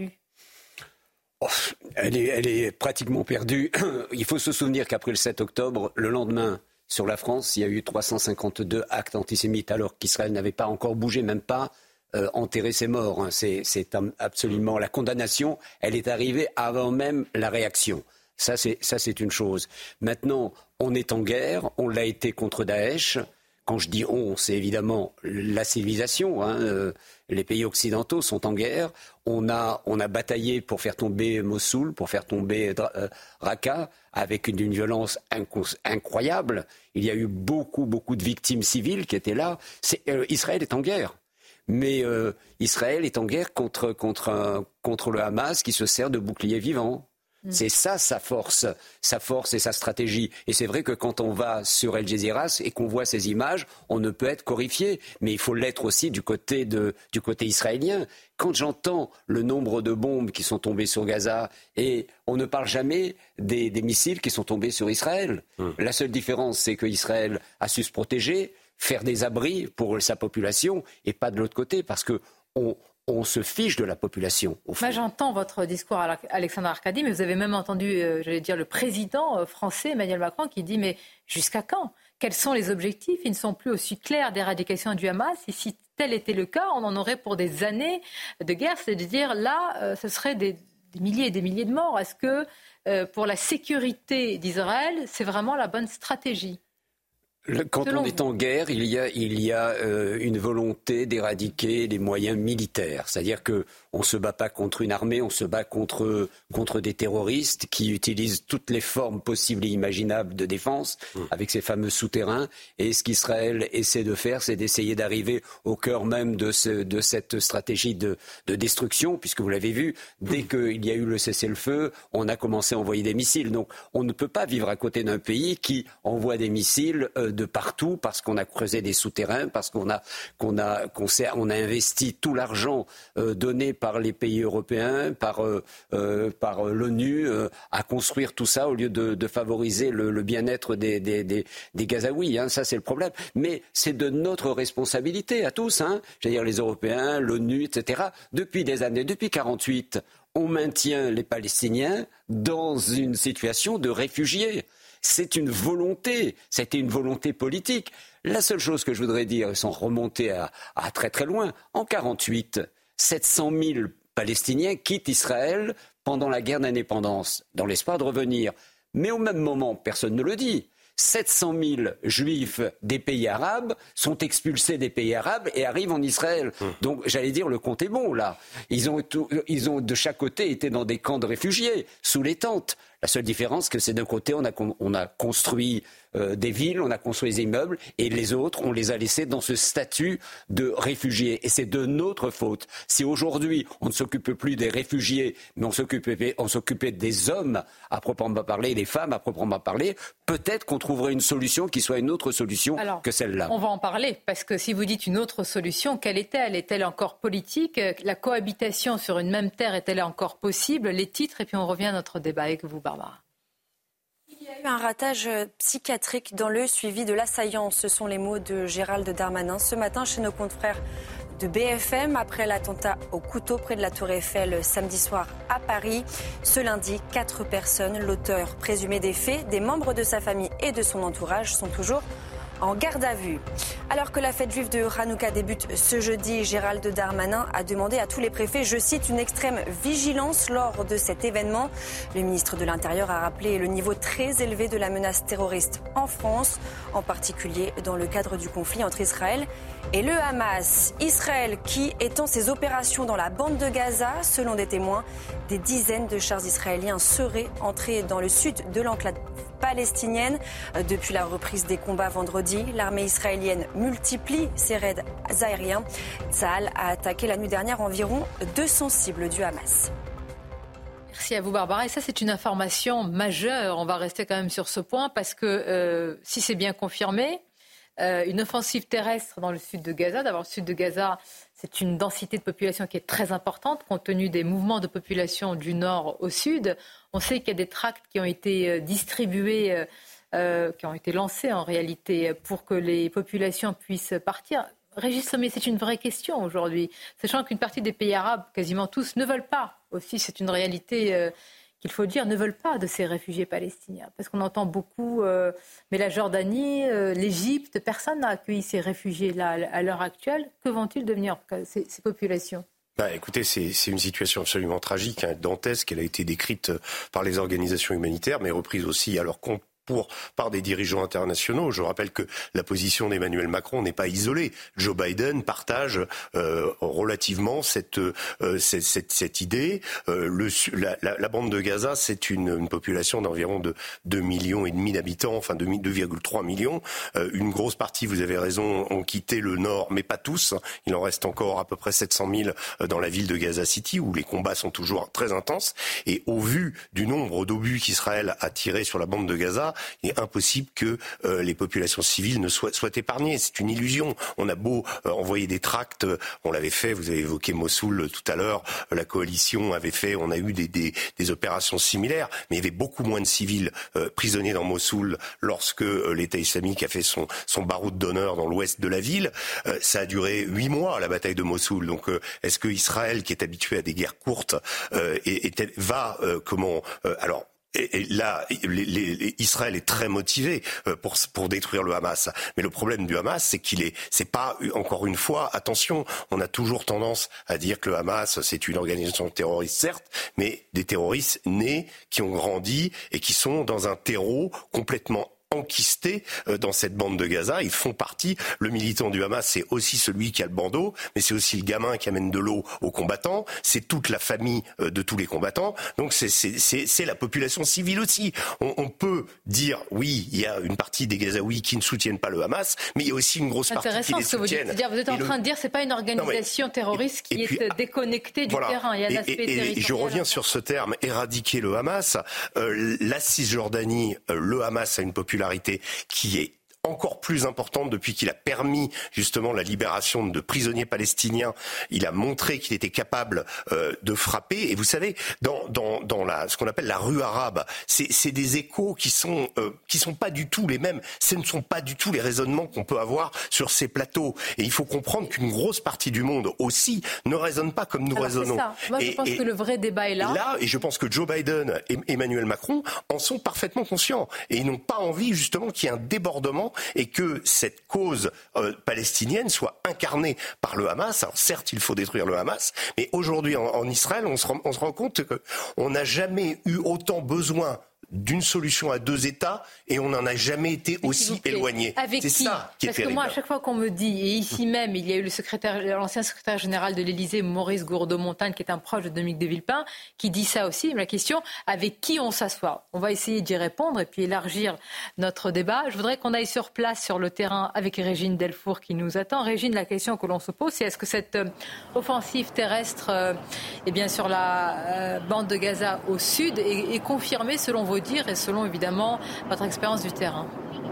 Elle est pratiquement perdue. Il faut se souvenir qu'après le 7 octobre, le lendemain, sur la France, il y a eu 352 actes antisémites, alors qu'Israël n'avait pas encore bougé, même pas enterré ses morts. C'est absolument la condamnation. Elle est arrivée avant même la réaction. Ça, c'est une chose. Maintenant, on est en guerre. On l'a été contre Daesh. Quand je dis on, c'est évidemment la civilisation. Les pays occidentaux sont en guerre. On a bataillé pour faire tomber Mossoul, pour faire tomber Raqqa, avec une violence incroyable. Il y a eu beaucoup de victimes civiles qui étaient là. Israël est en guerre. Mais Israël est en guerre contre le Hamas qui se sert de bouclier vivant. C'est ça sa force et sa stratégie. Et c'est vrai que quand on va sur Al Jazeera et qu'on voit ces images, on ne peut être qu'horrifié. Mais il faut l'être aussi du côté israélien. Quand j'entends le nombre de bombes qui sont tombées sur Gaza, et on ne parle jamais des missiles qui sont tombés sur Israël. La seule différence, c'est qu'Israël a su se protéger, faire des abris pour sa population, et pas de l'autre côté, parce que on se fiche de la population. Moi, j'entends votre discours, Alexandre Arcadi, mais vous avez même entendu, le président français, Emmanuel Macron, qui dit « Mais jusqu'à quand ? Quels sont les objectifs ? Ils ne sont plus aussi clairs d'éradication du Hamas. Et si tel était le cas, on en aurait pour des années de guerre. C'est-à-dire, là, ce serait des milliers et des milliers de morts. Est-ce que, pour la sécurité d'Israël, c'est vraiment la bonne stratégie ? Quand on est en guerre, il y a une volonté d'éradiquer les moyens militaires. C'est-à-dire que on se bat pas contre une armée, on se bat contre des terroristes qui utilisent toutes les formes possibles et imaginables de défense, avec ces fameux souterrains. Et ce qu'Israël essaie de faire, c'est d'essayer d'arriver au cœur même de cette stratégie de destruction, puisque vous l'avez vu, dès qu'il y a eu le cessez-le-feu, on a commencé à envoyer des missiles. Donc on ne peut pas vivre à côté d'un pays qui envoie des missiles de partout, parce qu'on a creusé des souterrains, parce qu'on a investi tout l'argent donné par les pays européens, par l'ONU, à construire tout ça au lieu de favoriser le bien-être des Gazaouis. Ça, c'est le problème. Mais c'est de notre responsabilité à tous. C'est-à-dire les Européens, l'ONU, etc. Depuis des années, depuis 1948, on maintient les Palestiniens dans une situation de réfugiés. C'est une volonté, c'était une volonté politique. La seule chose que je voudrais dire, sans remonter à très très loin, en 1948, 700 000 Palestiniens quittent Israël pendant la guerre d'indépendance, dans l'espoir de revenir. Mais au même moment, personne ne le dit, 700 000 juifs des pays arabes sont expulsés des pays arabes et arrivent en Israël. Donc, j'allais dire, le compte est bon, là. Ils ont de chaque côté été dans des camps de réfugiés, sous les tentes. La seule différence, c'est que ces deux côtés, on a construit des villes, on a construit des immeubles, et les autres, on les a laissés dans ce statut de réfugiés. Et c'est de notre faute. Si aujourd'hui, on ne s'occupe plus des réfugiés, mais on s'occupait des hommes à proprement parler, des femmes à proprement parler, peut-être qu'on trouverait une solution qui soit une autre solution que celle-là. On va en parler, parce que si vous dites une autre solution, quelle est-elle ? Est-elle encore politique ? La cohabitation sur une même terre est-elle encore possible ? Les titres, et puis on revient à notre débat avec vous, Barbara. Il y a eu un ratage psychiatrique dans le suivi de l'assaillant. Ce sont les mots de Gérald Darmanin ce matin chez nos confrères de BFM après l'attentat au couteau près de la Tour Eiffel samedi soir à Paris. Ce lundi, 4 personnes, l'auteur présumé des faits, des membres de sa famille et de son entourage sont toujours en garde à vue. Alors que la fête juive de Hanouka débute ce jeudi, Gérald Darmanin a demandé à tous les préfets, je cite, une extrême vigilance lors de cet événement. Le ministre de l'Intérieur a rappelé le niveau très élevé de la menace terroriste en France, en particulier dans le cadre du conflit entre Israël et le Hamas. Israël qui étend ses opérations dans la bande de Gaza, selon des témoins, des dizaines de chars israéliens seraient entrés dans le sud de l'enclave palestinienne. Depuis la reprise des combats vendredi, l'armée israélienne multiplie ses raids aériens. Tsahal a attaqué la nuit dernière environ 200 cibles du Hamas. Merci à vous, Barbara. Et ça, c'est une information majeure. On va rester quand même sur ce point parce que si c'est bien confirmé, une offensive terrestre dans le sud de Gaza. D'abord, le sud de Gaza, c'est une densité de population qui est très importante compte tenu des mouvements de population du nord au sud. On sait qu'il y a des tracts qui ont été distribués, qui ont été lancés en réalité pour que les populations puissent partir. Régis Sommier, c'est une vraie question aujourd'hui, sachant qu'une partie des pays arabes, quasiment tous, ne veulent pas. Aussi, c'est une réalité qu'il faut dire, ne veulent pas de ces réfugiés palestiniens. Parce qu'on entend beaucoup, mais la Jordanie, l'Égypte, personne n'a accueilli ces réfugiés-là à l'heure actuelle. Que vont-ils devenir, ces populations ? Écoutez, c'est une situation absolument tragique, dantesque. Elle a été décrite par les organisations humanitaires, mais reprise aussi à leur compte par des dirigeants internationaux. Je rappelle que la position d'Emmanuel Macron n'est pas isolée. Joe Biden partage relativement cette idée. La bande de Gaza, c'est une population d'environ de 2,5 millions d'habitants, enfin 2,3 millions. Une grosse partie, vous avez raison, ont quitté le nord, mais pas tous. Il en reste encore à peu près 700 000 dans la ville de Gaza City, où les combats sont toujours très intenses. Et au vu du nombre d'obus qu'Israël a tirés sur la bande de Gaza, il est impossible que les populations civiles ne soient épargnées. C'est une illusion. On a beau envoyer des tracts, on l'avait fait, vous avez évoqué Mossoul tout à l'heure, la coalition avait fait, on a eu des opérations similaires, mais il y avait beaucoup moins de civils prisonniers dans Mossoul lorsque l'État islamique a fait son baroud d'honneur dans l'ouest de la ville. Ça a duré 8 mois, la bataille de Mossoul. Donc est-ce que Israël, qui est habitué à des guerres courtes, Et là, Israël est très motivé pour détruire le Hamas. Mais le problème du Hamas, c'est pas, encore une fois, attention, on a toujours tendance à dire que le Hamas, c'est une organisation terroriste, certes, mais des terroristes nés, qui ont grandi et qui sont dans un terreau complètement enquistés dans cette bande de Gaza. Ils font partie, le militant du Hamas, c'est aussi celui qui a le bandeau, mais c'est aussi le gamin qui amène de l'eau aux combattants, c'est toute la famille de tous les combattants, donc c'est la population civile aussi. On peut dire, oui, il y a une partie des Gazaouis qui ne soutiennent pas le Hamas, mais il y a aussi une grosse partie qui les soutiennent. Vous êtes en train de dire, c'est pas une organisation terroriste qui est déconnectée du terrain, il y a l'aspect territorial. Et je reviens sur ce terme, éradiquer le Hamas. La Cisjordanie, le Hamas a une population qui est encore plus importante depuis qu'il a permis justement la libération de prisonniers palestiniens. Il a montré qu'il était capable de frapper. Et vous savez, dans ce qu'on appelle la rue arabe, c'est des échos qui sont pas du tout les mêmes. Ce ne sont pas du tout les raisonnements qu'on peut avoir sur ces plateaux. Et il faut comprendre qu'une grosse partie du monde aussi ne raisonne pas comme nous raisonnons. C'est ça. Moi, je pense que le vrai débat est là. Et je pense que Joe Biden et Emmanuel Macron en sont parfaitement conscients. Et ils n'ont pas envie justement qu'il y ait un débordement temps et que cette cause palestinienne soit incarnée par le Hamas. Alors certes, il faut détruire le Hamas, mais aujourd'hui en Israël, on se rend compte qu'on n'a jamais eu autant besoin d'une solution à deux États et on n'en a jamais été aussi éloigné. Avec c'est qui? ça qui est Parce terrible. Que moi, à chaque fois qu'on me dit, et ici même, il y a eu l'ancien secrétaire général de l'Élysée, Maurice Gourdeau-Montagne, qui est un proche de Dominique de Villepin, qui dit ça aussi. Mais la question, avec qui on s'assoit? On va essayer d'y répondre et puis élargir notre débat. Je voudrais qu'on aille sur place, sur le terrain, avec Régine Delfour qui nous attend. Régine, la question que l'on se pose, c'est est-ce que cette offensive terrestre sur la bande de Gaza au sud est confirmée selon vos dires et selon évidemment votre expérience du terrain?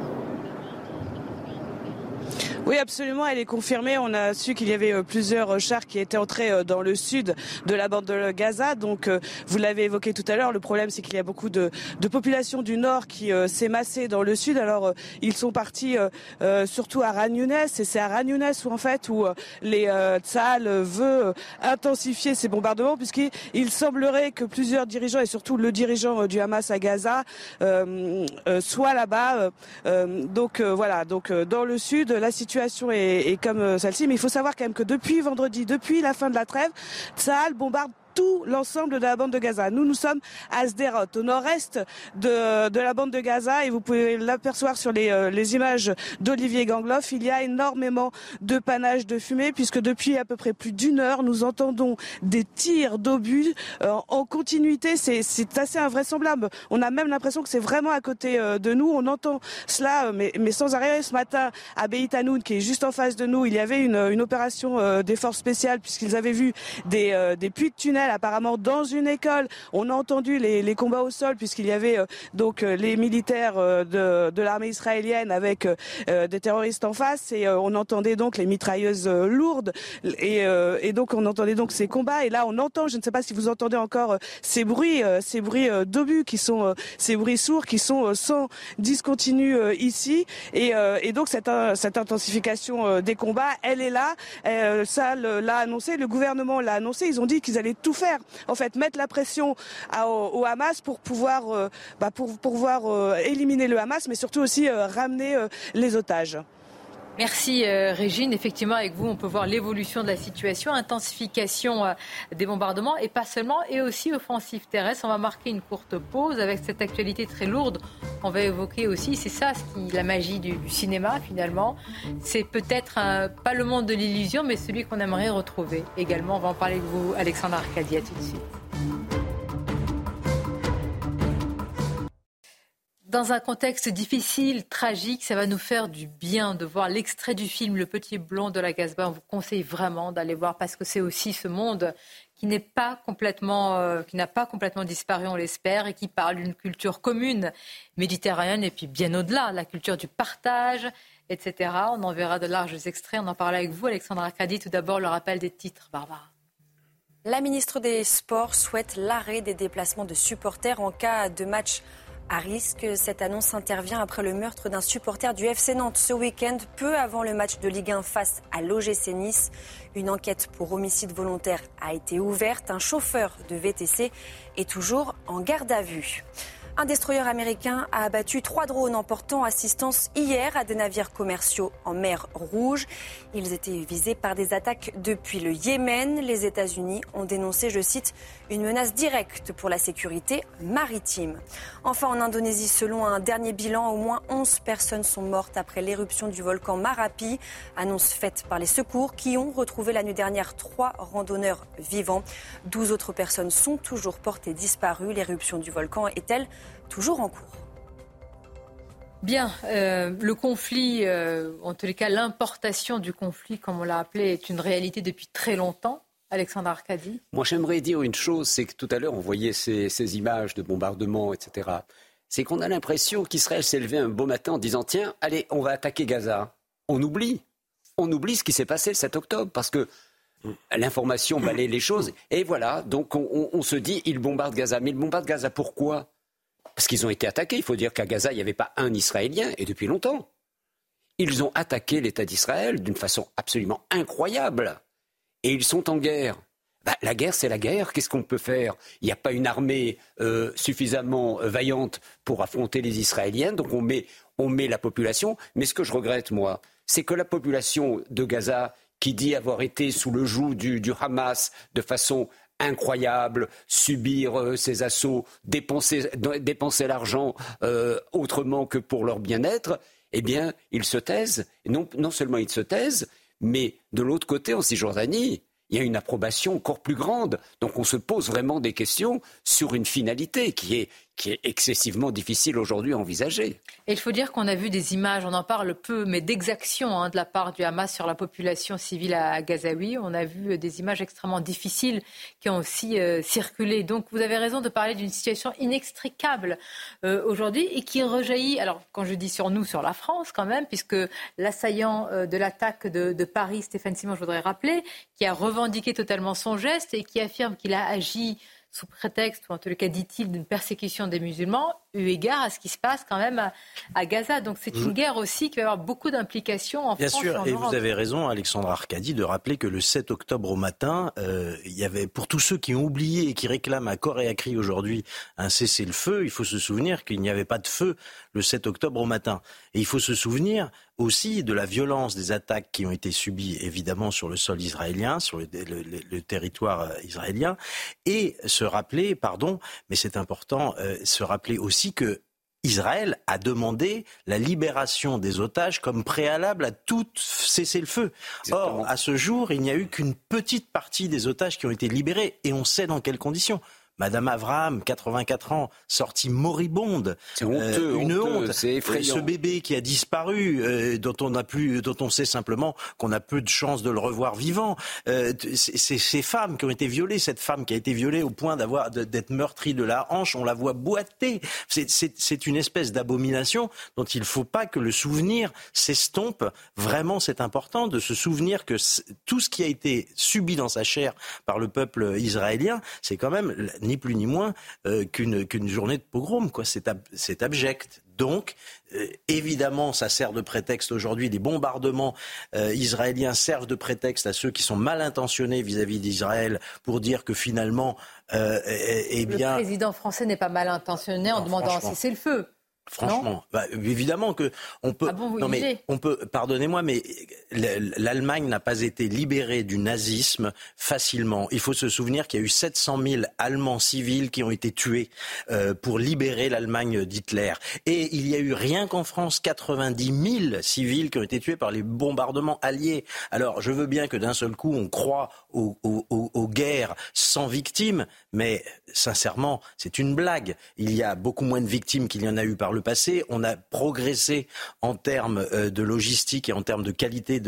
Oui, absolument, elle est confirmée. On a su qu'il y avait plusieurs chars qui étaient entrés dans le sud de la bande de Gaza. Donc, vous l'avez évoqué tout à l'heure, le problème c'est qu'il y a beaucoup de population du nord qui s'est massée dans le sud. Alors, ils sont partis surtout à Khan Younes, et c'est à Khan Younes où les Tsahal veut intensifier ses bombardements, puisqu'il semblerait que plusieurs dirigeants, et surtout le dirigeant du Hamas à Gaza, soient là-bas. Donc, dans le sud, la situation est comme celle-ci, mais il faut savoir quand même que depuis vendredi, depuis la fin de la trêve, Tsahal bombarde tout l'ensemble de la bande de Gaza. Nous sommes à Sderot, au nord-est de la bande de Gaza, et vous pouvez l'apercevoir sur les images d'Olivier Gangloff. Il y a énormément de panache de fumée, puisque depuis à peu près plus d'une heure, nous entendons des tirs d'obus en continuité. C'est assez invraisemblable. On a même l'impression que c'est vraiment à côté de nous. On entend cela, mais sans arrêt. Ce matin, à Beit Hanoun, qui est juste en face de nous, il y avait une opération des forces spéciales, puisqu'ils avaient vu des puits de tunnels apparemment dans une école. On a entendu les combats au sol, puisqu'il y avait les militaires de l'armée israélienne avec des terroristes en face, et on entendait donc les mitrailleuses lourdes, et donc on entendait donc ces combats. Et là on entend, je ne sais pas si vous entendez encore ces bruits d'obus, qui sont ces bruits sourds qui sont sans discontinu ici, et donc cette intensification des combats, elle est là. Ça l'a annoncé, le gouvernement l'a annoncé. Ils ont dit qu'ils allaient tout faire, en fait, mettre la pression au Hamas pour pouvoir éliminer le Hamas, mais surtout aussi ramener les otages. Merci Régine. Effectivement, avec vous, on peut voir l'évolution de la situation, intensification des bombardements, et pas seulement, et aussi offensive terrestre. On va marquer une courte pause avec cette actualité très lourde. On va évoquer aussi, c'est ça la magie du cinéma finalement. C'est peut-être pas le monde de l'illusion, mais celui qu'on aimerait retrouver également. On va en parler avec vous, Alexandre Arcadi, à tout de suite. Dans un contexte difficile, tragique, ça va nous faire du bien de voir l'extrait du film Le Petit Blond de la Casbah. On vous conseille vraiment d'aller voir, parce que c'est aussi ce monde qui n'a pas complètement disparu, on l'espère, et qui parle d'une culture commune méditerranéenne, et puis bien au-delà, la culture du partage, etc. On en verra de larges extraits. On en parle avec vous, Alexandre Arcadi. Tout d'abord, le rappel des titres, Barbara. La ministre des Sports souhaite l'arrêt des déplacements de supporters en cas de match à risque. Cette annonce intervient après le meurtre d'un supporter du FC Nantes ce week-end, peu avant le match de Ligue 1 face à l'OGC Nice. Une enquête pour homicide volontaire a été ouverte. Un chauffeur de VTC est toujours en garde à vue. Un destroyer américain a abattu 3 drones en portant assistance hier à des navires commerciaux en mer Rouge. Ils étaient visés par des attaques depuis le Yémen. Les États-Unis ont dénoncé, je cite, une menace directe pour la sécurité maritime. Enfin, en Indonésie, selon un dernier bilan, au moins 11 personnes sont mortes après l'éruption du volcan Marapi. Annonce faite par les secours qui ont retrouvé la nuit dernière 3 randonneurs vivants. 12 autres personnes sont toujours portées disparues. L'éruption du volcan est-elle toujours en cours? Bien, le conflit, en tous les cas l'importation du conflit, comme on l'a appelé, est une réalité depuis très longtemps. Alexandre Arcadi. Moi, j'aimerais dire une chose, c'est que tout à l'heure, on voyait ces images de bombardements, etc. C'est qu'on a l'impression qu'Israël s'est levé un beau matin en disant « Tiens, allez, on va attaquer Gaza ». On oublie ce qui s'est passé le 7 octobre, parce que l'information balaye les choses. Et voilà, donc on se dit « Ils bombardent Gaza ». Mais ils bombardent Gaza, pourquoi ? Parce qu'ils ont été attaqués. Il faut dire qu'à Gaza, il n'y avait pas un Israélien, et depuis longtemps. Ils ont attaqué l'État d'Israël d'une façon absolument incroyable. Et ils sont en guerre. La guerre, c'est la guerre. Qu'est-ce qu'on peut faire ? Il n'y a pas une armée suffisamment vaillante pour affronter les Israéliens, donc on met la population. Mais ce que je regrette, moi, c'est que la population de Gaza, qui dit avoir été sous le joug du Hamas de façon incroyable, subir ces assauts, dépenser l'argent autrement que pour leur bien-être, eh bien, ils se taisent. Non seulement ils se taisent, mais de l'autre côté, en Cisjordanie, il y a une approbation encore plus grande. Donc on se pose vraiment des questions sur une finalité qui est excessivement difficile aujourd'hui à envisager. Et il faut dire qu'on a vu des images, on en parle peu, mais d'exactions de la part du Hamas sur la population civile à Gazaoui. On a vu des images extrêmement difficiles qui ont aussi circulé. Donc vous avez raison de parler d'une situation inextricable aujourd'hui et qui rejaillit, alors quand je dis sur nous, sur la France quand même, puisque l'assaillant de l'attaque de Paris, Stéphane Simon, je voudrais rappeler, qui a revendiqué totalement son geste et qui affirme qu'il a agi sous prétexte, ou en tout cas dit-il, d'une persécution des musulmans, eu égard à ce qui se passe quand même à Gaza. Donc c'est une guerre aussi qui va avoir beaucoup d'implications en France. Bien sûr, et Europe. vous avez raison, Alexandre Arcadi, de rappeler que le 7 octobre au matin, il y avait, pour tous ceux qui ont oublié et qui réclament à corps et à cri aujourd'hui un cessez-le-feu, il faut se souvenir qu'il n'y avait pas de feu le 7 octobre au matin. Et il faut se souvenir aussi de la violence des attaques qui ont été subies évidemment sur le sol israélien, sur le territoire israélien, et se rappeler, mais c'est important, se rappeler aussi que Israël a demandé la libération des otages comme préalable à tout cessez-le-feu. Or, à ce jour, il n'y a eu qu'une petite partie des otages qui ont été libérés, et on sait dans quelles conditions. Madame Avraham, 84 ans, sortie moribonde. C'est honteux, une honte. C'est effrayant. Ce bébé qui a disparu, dont on sait simplement qu'on a peu de chances de le revoir vivant. Ces femmes qui ont été violées, cette femme qui a été violée au point d'être meurtrie de la hanche, on la voit boiter. C'est une espèce d'abomination dont il ne faut pas que le souvenir s'estompe. Vraiment, c'est important de se souvenir que tout ce qui a été subi dans sa chair par le peuple israélien, c'est quand même ni plus ni moins qu'une journée de pogrom, quoi. C'est abject. Donc, évidemment, ça sert de prétexte aujourd'hui. Les bombardements israéliens servent de prétexte à ceux qui sont mal intentionnés vis-à-vis d'Israël pour dire que finalement, le président français n'est pas mal intentionné en demandant un cessez-le-feu. Franchement, évidemment que on peut. Pardonnez-moi, mais l'Allemagne n'a pas été libérée du nazisme facilement. Il faut se souvenir qu'il y a eu 700 000 Allemands civils qui ont été tués pour libérer l'Allemagne d'Hitler. Et il y a eu rien qu'en France 90 000 civils qui ont été tués par les bombardements alliés. Alors, je veux bien que d'un seul coup on croit aux guerres sans victimes, mais sincèrement, c'est une blague. Il y a beaucoup moins de victimes qu'il y en a eu par le passé. On a progressé en termes de logistique et en termes de qualité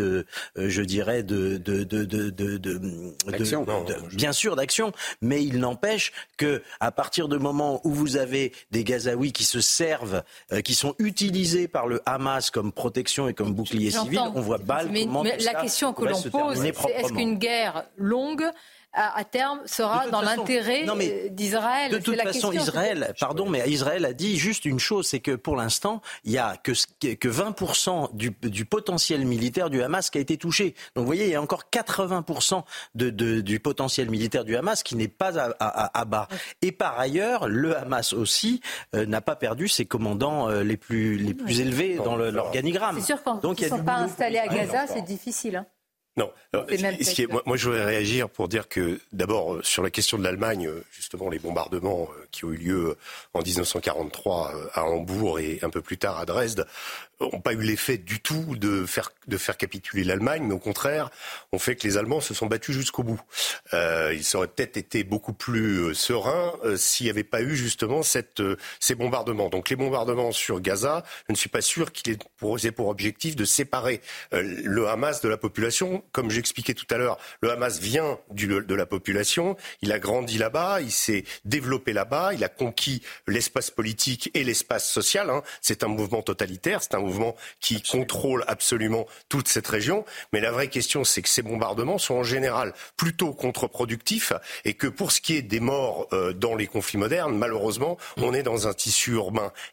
bien sûr d'action, mais il n'empêche que à partir du moment où vous avez des Gazaouis qui se servent, qui sont utilisés par le Hamas comme protection et comme bouclier civil, on voit comment mais la question que l'on pose, c'est est-ce qu'une guerre longue à terme sera dans l'intérêt d'Israël. De toute façon, Israël a dit juste une chose, c'est que pour l'instant, il y a que 20% du potentiel militaire du Hamas qui a été touché. Donc vous voyez, il y a encore 80% du potentiel militaire du Hamas qui n'est pas à bas. Et par ailleurs, le Hamas aussi n'a pas perdu ses commandants les plus élevés dans l'organigramme. C'est sûr quand ils ne sont pas installés à Gaza, c'est difficile. Hein. Non. Moi, je voudrais réagir pour dire que, d'abord, sur la question de l'Allemagne, justement, les bombardements qui ont eu lieu en 1943 à Hambourg et un peu plus tard à Dresde n'ont pas eu l'effet du tout de faire capituler l'Allemagne, mais au contraire, ont fait que les Allemands se sont battus jusqu'au bout. Ils auraient peut-être été beaucoup plus sereins s'il n'y avait pas eu justement ces bombardements. Donc les bombardements sur Gaza, je ne suis pas sûr qu'il ait pour objectif de séparer le Hamas de la population. Comme j'expliquais tout à l'heure, le Hamas vient de la population, il a grandi là-bas, il s'est développé là-bas, il a conquis l'espace politique et l'espace social. C'est un mouvement totalitaire, c'est un mouvement qui contrôle absolument toute cette région. Mais la vraie question, c'est que ces bombardements sont en général plutôt contre-productifs et que pour ce qui est des morts dans les conflits modernes, malheureusement, on est dans un tissu urbain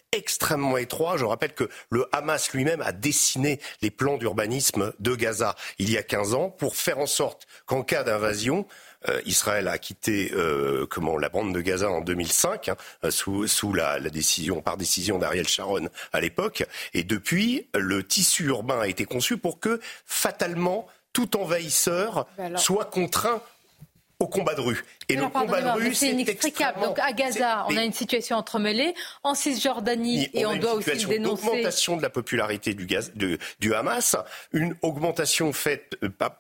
extrêmement étroit. Je rappelle que le Hamas lui-même a dessiné les plans d'urbanisme de Gaza il y a 15 ans pour faire en sorte qu'en cas d'invasion, Israël a quitté la bande de Gaza en 2005 sous la décision d'Ariel Sharon à l'époque. Et depuis, le tissu urbain a été conçu pour que fatalement tout envahisseur soit contraint au combat de rue. Et le combat de rue, c'est inextricable. Donc à Gaza, on a une situation entremêlée. En Cisjordanie, et on doit aussi le dénoncer. Une augmentation de la popularité du Hamas, une augmentation faite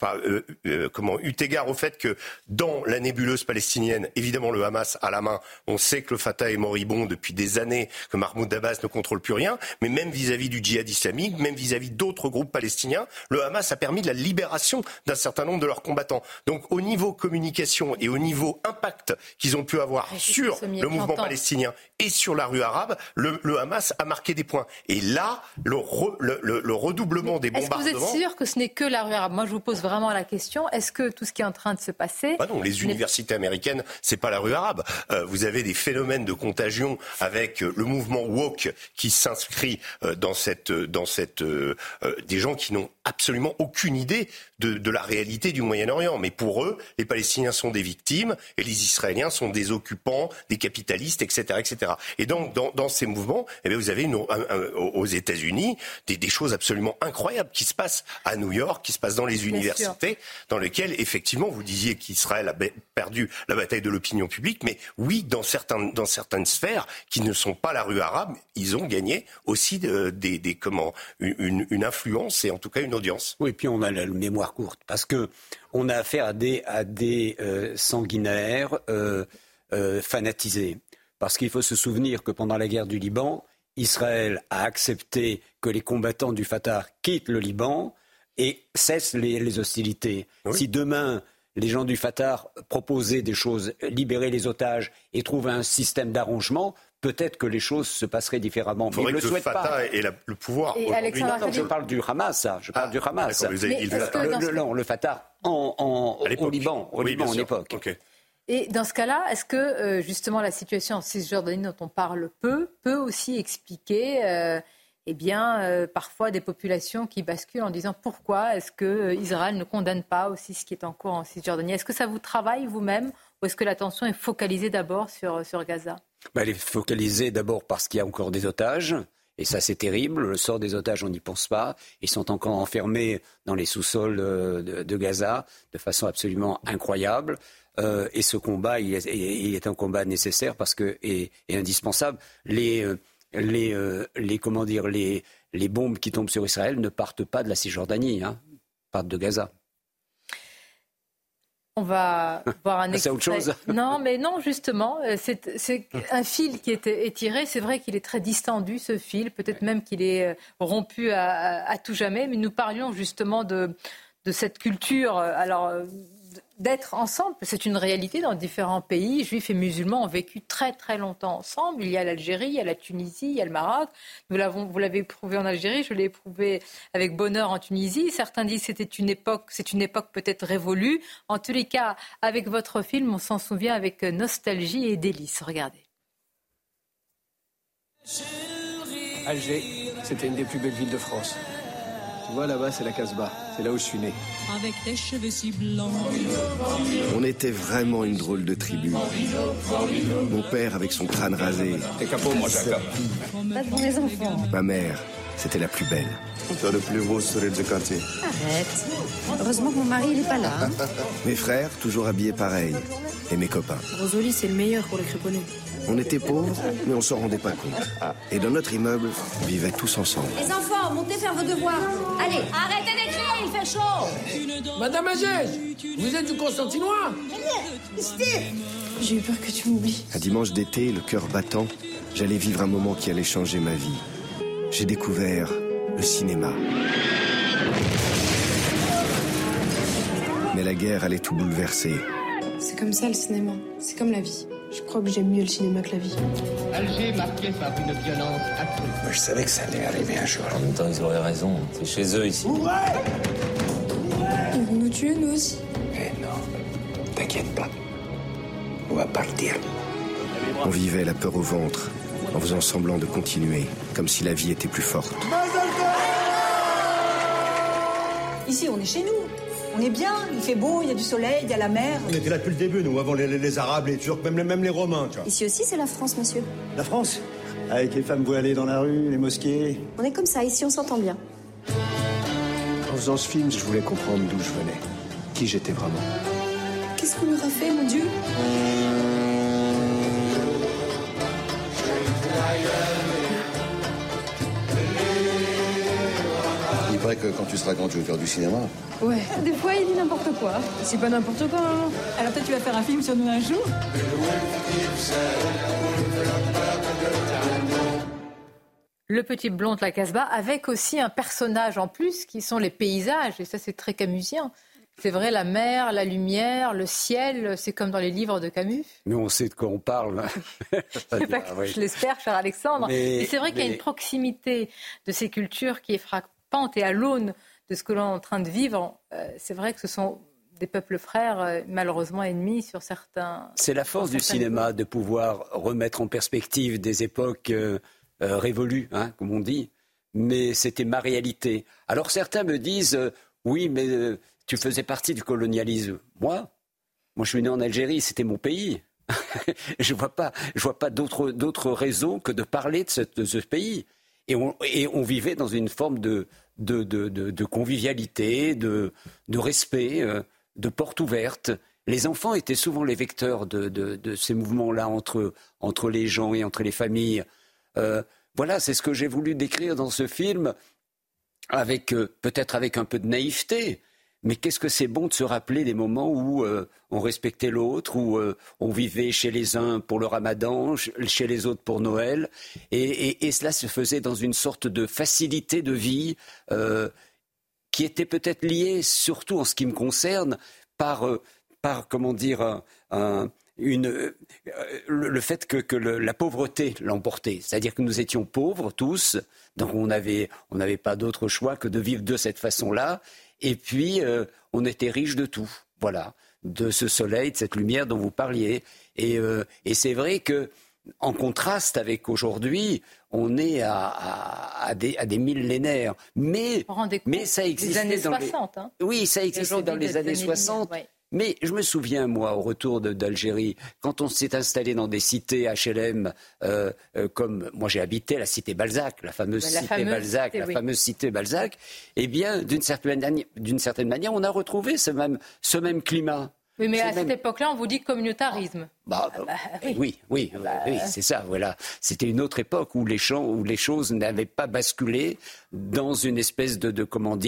eu égard au fait que dans la nébuleuse palestinienne, évidemment le Hamas a la main. On sait que le Fatah est moribond depuis des années, que Mahmoud Abbas ne contrôle plus rien. Mais même vis-à-vis du djihad islamique, même vis-à-vis d'autres groupes palestiniens, le Hamas a permis de la libération d'un certain nombre de leurs combattants. Donc au niveau communication et au niveau impact qu'ils ont pu avoir sur le mouvement palestinien et sur la rue arabe, le Hamas a marqué des points. Et là, le redoublement des bombardements... Est-ce que vous êtes sûr que ce n'est que la rue arabe ? Moi, je vous pose vraiment la question. Est-ce que tout ce qui est en train de se passer... Non, les universités américaines, c'est pas la rue arabe. Vous avez des phénomènes de contagion avec le mouvement woke qui s'inscrit dans cette des gens qui n'ont absolument aucune idée de la réalité du Moyen-Orient. Mais pour eux, les Palestiniens sont des victimes et les Israéliens sont des occupants, des capitalistes, etc., etc. Et donc, dans ces mouvements, vous avez aux États-Unis des choses absolument incroyables qui se passent à New York, qui se passent dans les universités, dans lesquelles, effectivement, vous disiez qu'Israël a perdu la bataille de l'opinion publique, mais oui, dans certaines sphères qui ne sont pas la rue arabe, ils ont gagné aussi une influence et en tout cas une audience. Oui, puis on a la mémoire courte, parce que on a affaire à des sanguinaires fanatisés. Parce qu'il faut se souvenir que pendant la guerre du Liban, Israël a accepté que les combattants du Fatah quittent le Liban et cessent les hostilités. Oui. Si demain, les gens du Fatah proposaient des choses, libérer les otages et trouver un système d'arrangement, peut-être que les choses se passeraient différemment. Mais le Fatah ait le pouvoir. Non, je parle du Hamas, Je parle du Hamas. Le Fatah au Liban, à l'époque. Okay. Et dans ce cas-là, est-ce que justement la situation en Cisjordanie dont on parle peut aussi expliquer parfois des populations qui basculent en disant pourquoi est-ce que Israël ne condamne pas aussi ce qui est en cours en Cisjordanie ? Est-ce que ça vous travaille vous-même ou est-ce que l'attention est focalisée d'abord sur Gaza ? Elle est focalisée d'abord parce qu'il y a encore des otages. Et ça, c'est terrible. Le sort des otages, on n'y pense pas. Ils sont encore enfermés dans les sous-sols de Gaza de façon absolument incroyable. Et ce combat, il est un combat nécessaire et indispensable. Les bombes qui tombent sur Israël ne partent pas de la Cisjordanie, partent de Gaza. On va voir un extrait. C'est autre chose. Non, mais non, justement, c'est un fil qui est étiré. C'est vrai qu'il est très distendu, ce fil. Peut-être même qu'il est rompu à tout jamais. Mais nous parlions justement de cette culture. D'être ensemble, c'est une réalité dans différents pays. Juifs et musulmans ont vécu très très longtemps ensemble. Il y a l'Algérie, il y a la Tunisie, il y a le Maroc. Vous l'avez éprouvé en Algérie, je l'ai éprouvé avec bonheur en Tunisie. Certains disent que c'est une époque peut-être révolue. En tous les cas, avec votre film, on s'en souvient avec nostalgie et délice. Regardez. Alger, c'était une des plus belles villes de France. Tu vois, là-bas, c'est la Casbah. C'est là où je suis né. Avec tes cheveux si blancs. On était vraiment une drôle de tribu. Mon père avec son crâne rasé. T'es capot, moi, Jacob. Pas pour les enfants. Ma mère, c'était la plus belle. Tu as le plus beau sourire du quartier. Arrête. Heureusement que mon mari, il est pas là. Hein. Mes frères, toujours habillés pareil. Et mes copains. Rosoli, c'est le meilleur pour les créponnés. On était pauvres, mais on s'en rendait pas compte. Et dans notre immeuble, on vivait tous ensemble. Les enfants, montez faire vos devoirs. Allez, arrêtez d'écrire, il fait chaud. Madame Agege, vous êtes du Constantinois ? J'ai eu peur que tu m'oublies. Un dimanche d'été, le cœur battant, j'allais vivre un moment qui allait changer ma vie. J'ai découvert le cinéma. Mais la guerre allait tout bouleverser. C'est comme ça le cinéma, c'est comme la vie. Je crois que j'aime mieux le cinéma que la vie. Alger marqué par une violence accrue. Moi, je savais que ça allait arriver un jour. En même temps, ils auraient raison. C'est chez eux, ici. Ils vont nous tuer, nous aussi. Eh non, t'inquiète pas. On va partir. On vivait la peur au ventre, en faisant semblant de continuer, comme si la vie était plus forte. Ici, on est chez nous. On est bien, il fait beau, il y a du soleil, il y a la mer. On était là depuis le début, nous, avant les Arabes, les Turcs, même les Romains, tu vois. Ici aussi, c'est la France, monsieur. La France ? Avec les femmes voilées dans la rue, les mosquées. On est comme ça, ici, on s'entend bien. En faisant ce film, je voulais comprendre d'où je venais, qui j'étais vraiment. Qu'est-ce qu'on leur a fait, mon Dieu ? Il paraît que quand tu seras grand, tu veux faire du cinéma. Ouais, des fois, il dit n'importe quoi. C'est pas n'importe quoi, maman. Alors peut-être tu vas faire un film sur nous un jour ? Le petit blond de la Casbah, avec aussi un personnage en plus qui sont les paysages, et ça c'est très camusien. C'est vrai, la mer, la lumière, le ciel, c'est comme dans les livres de Camus. Mais on sait de quoi on parle. Je l'espère, cher Alexandre. Et c'est vrai qu'il y a une proximité de ces cultures qui est frappante, et à l'aune de ce que l'on est en train de vivre, c'est vrai que ce sont des peuples frères, malheureusement ennemis sur certains... C'est la force du cinéma de pouvoir remettre en perspective des époques révolues, comme on dit. Mais c'était ma réalité. Alors certains me disent, oui, mais tu faisais partie du colonialisme. Moi, je suis né en Algérie, c'était mon pays. Je vois pas d'autres raisons que de parler de ce pays. Et on vivait dans une forme de convivialité, de respect, de porte ouverte. Les enfants étaient souvent les vecteurs de ces mouvements-là entre les gens et entre les familles. Voilà, c'est ce que j'ai voulu décrire dans ce film, peut-être avec un peu de naïveté. Mais qu'est-ce que c'est bon de se rappeler des moments où on respectait l'autre, où on vivait chez les uns pour le Ramadan, chez les autres pour Noël, et cela se faisait dans une sorte de facilité de vie qui était peut-être liée, surtout en ce qui me concerne, par comment dire, le fait que la pauvreté l'emportait. C'est-à-dire que nous étions pauvres tous, donc on n'avait pas d'autre choix que de vivre de cette façon-là. Et puis, on était riche de tout, voilà, de ce soleil, de cette lumière dont vous parliez. Et c'est vrai que, en contraste avec aujourd'hui, on est à des millénaires. Mais ça existait années 60. Oui, ça existait dans les années 60. Ouais. Mais je me souviens, moi, au retour d'Algérie, quand on s'est installé dans des cités HLM, comme moi j'ai habité la cité Balzac, la fameuse cité Balzac, eh bien, d'une certaine manière, on a retrouvé ce même climat. Oui, mais à cette époque-là, on vous dit communautarisme. Oui, c'est ça, voilà. C'était une autre époque où les choses n'avaient pas basculé dans une espèce de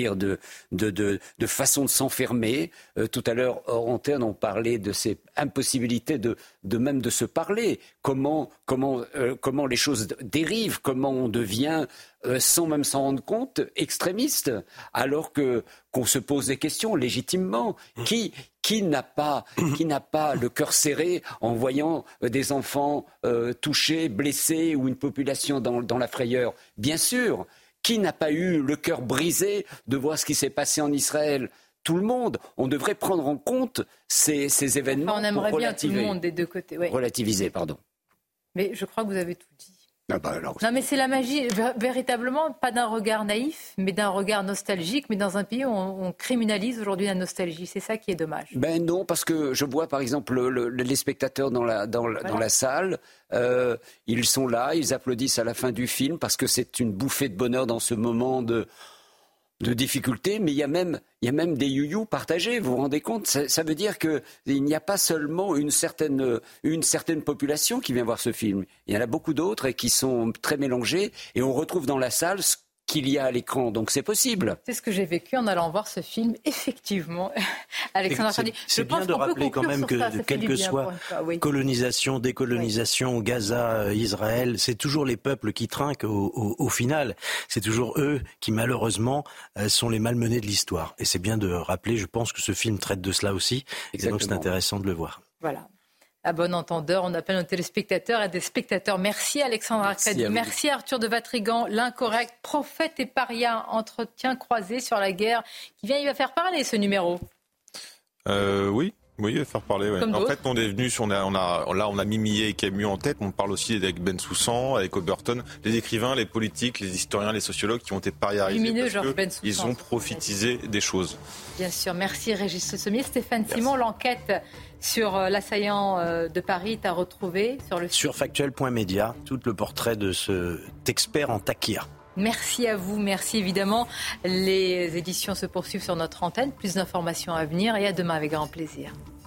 façon de s'enfermer. Tout à l'heure, hors antenne, on parlait de ces impossibilités même de se parler. Comment les choses dérivent, comment on devient, sans même s'en rendre compte, extrémiste, alors qu'on se pose des questions légitimement. Qui n'a pas le cœur serré en voyant des enfants touchés, blessés ou une population dans la frayeur? Bien sûr. Qui n'a pas eu le cœur brisé de voir ce qui s'est passé en Israël? Tout le monde. On devrait prendre en compte ces événements. On aimerait bien tout le monde des deux côtés. Ouais. Relativiser, pardon. Mais je crois que vous avez tout dit. Alors... Non, mais c'est la magie, véritablement, pas d'un regard naïf, mais d'un regard nostalgique, mais dans un pays où on criminalise aujourd'hui la nostalgie. C'est ça qui est dommage. Ben non, parce que je vois par exemple les spectateurs dans la salle, ils sont là, ils applaudissent à la fin du film parce que c'est une bouffée de bonheur dans ce moment de difficulté, mais il y a même des you-you partagés, vous vous rendez compte? Ça veut dire qu'il n'y a pas seulement une certaine population qui vient voir ce film. Il y en a beaucoup d'autres et qui sont très mélangés, et on retrouve dans la salle ce qu'il y a à l'écran, donc c'est possible. C'est ce que j'ai vécu en allant voir ce film, effectivement. Alexandre Hardy. C'est bien de rappeler quand même que quelle que soit colonisation, décolonisation, Gaza, Israël, c'est toujours les peuples qui trinquent au final. C'est toujours eux qui malheureusement sont les malmenés de l'histoire. Et c'est bien de rappeler, je pense que ce film traite de cela aussi. Exactement. Et donc c'est intéressant de le voir. Voilà. À bon entendeur, on appelle nos téléspectateurs et des spectateurs. Merci Alexandre Arcadi, merci Arthur de Vatrigan, l'incorrect, prophète et paria, entretien croisé sur la guerre. Il va faire parler ce numéro. Oui, Oui, faire parler. Ouais. En fait, on est venu, on a mis Millet et Camus en tête. On parle aussi avec Bensoussan, avec Oberton, les écrivains, les politiques, les historiens, les sociologues qui ont été pariarisés parce qu'ils ont prophétisé des choses. Bien sûr, merci Régis Sommier. Stéphane Simon, l'enquête sur l'assaillant de Paris, t'as retrouvé sur factuel.media, tout le portrait de cet expert en taquia. Merci à vous, merci évidemment. Les éditions se poursuivent sur notre antenne. Plus d'informations à venir et à demain avec grand plaisir.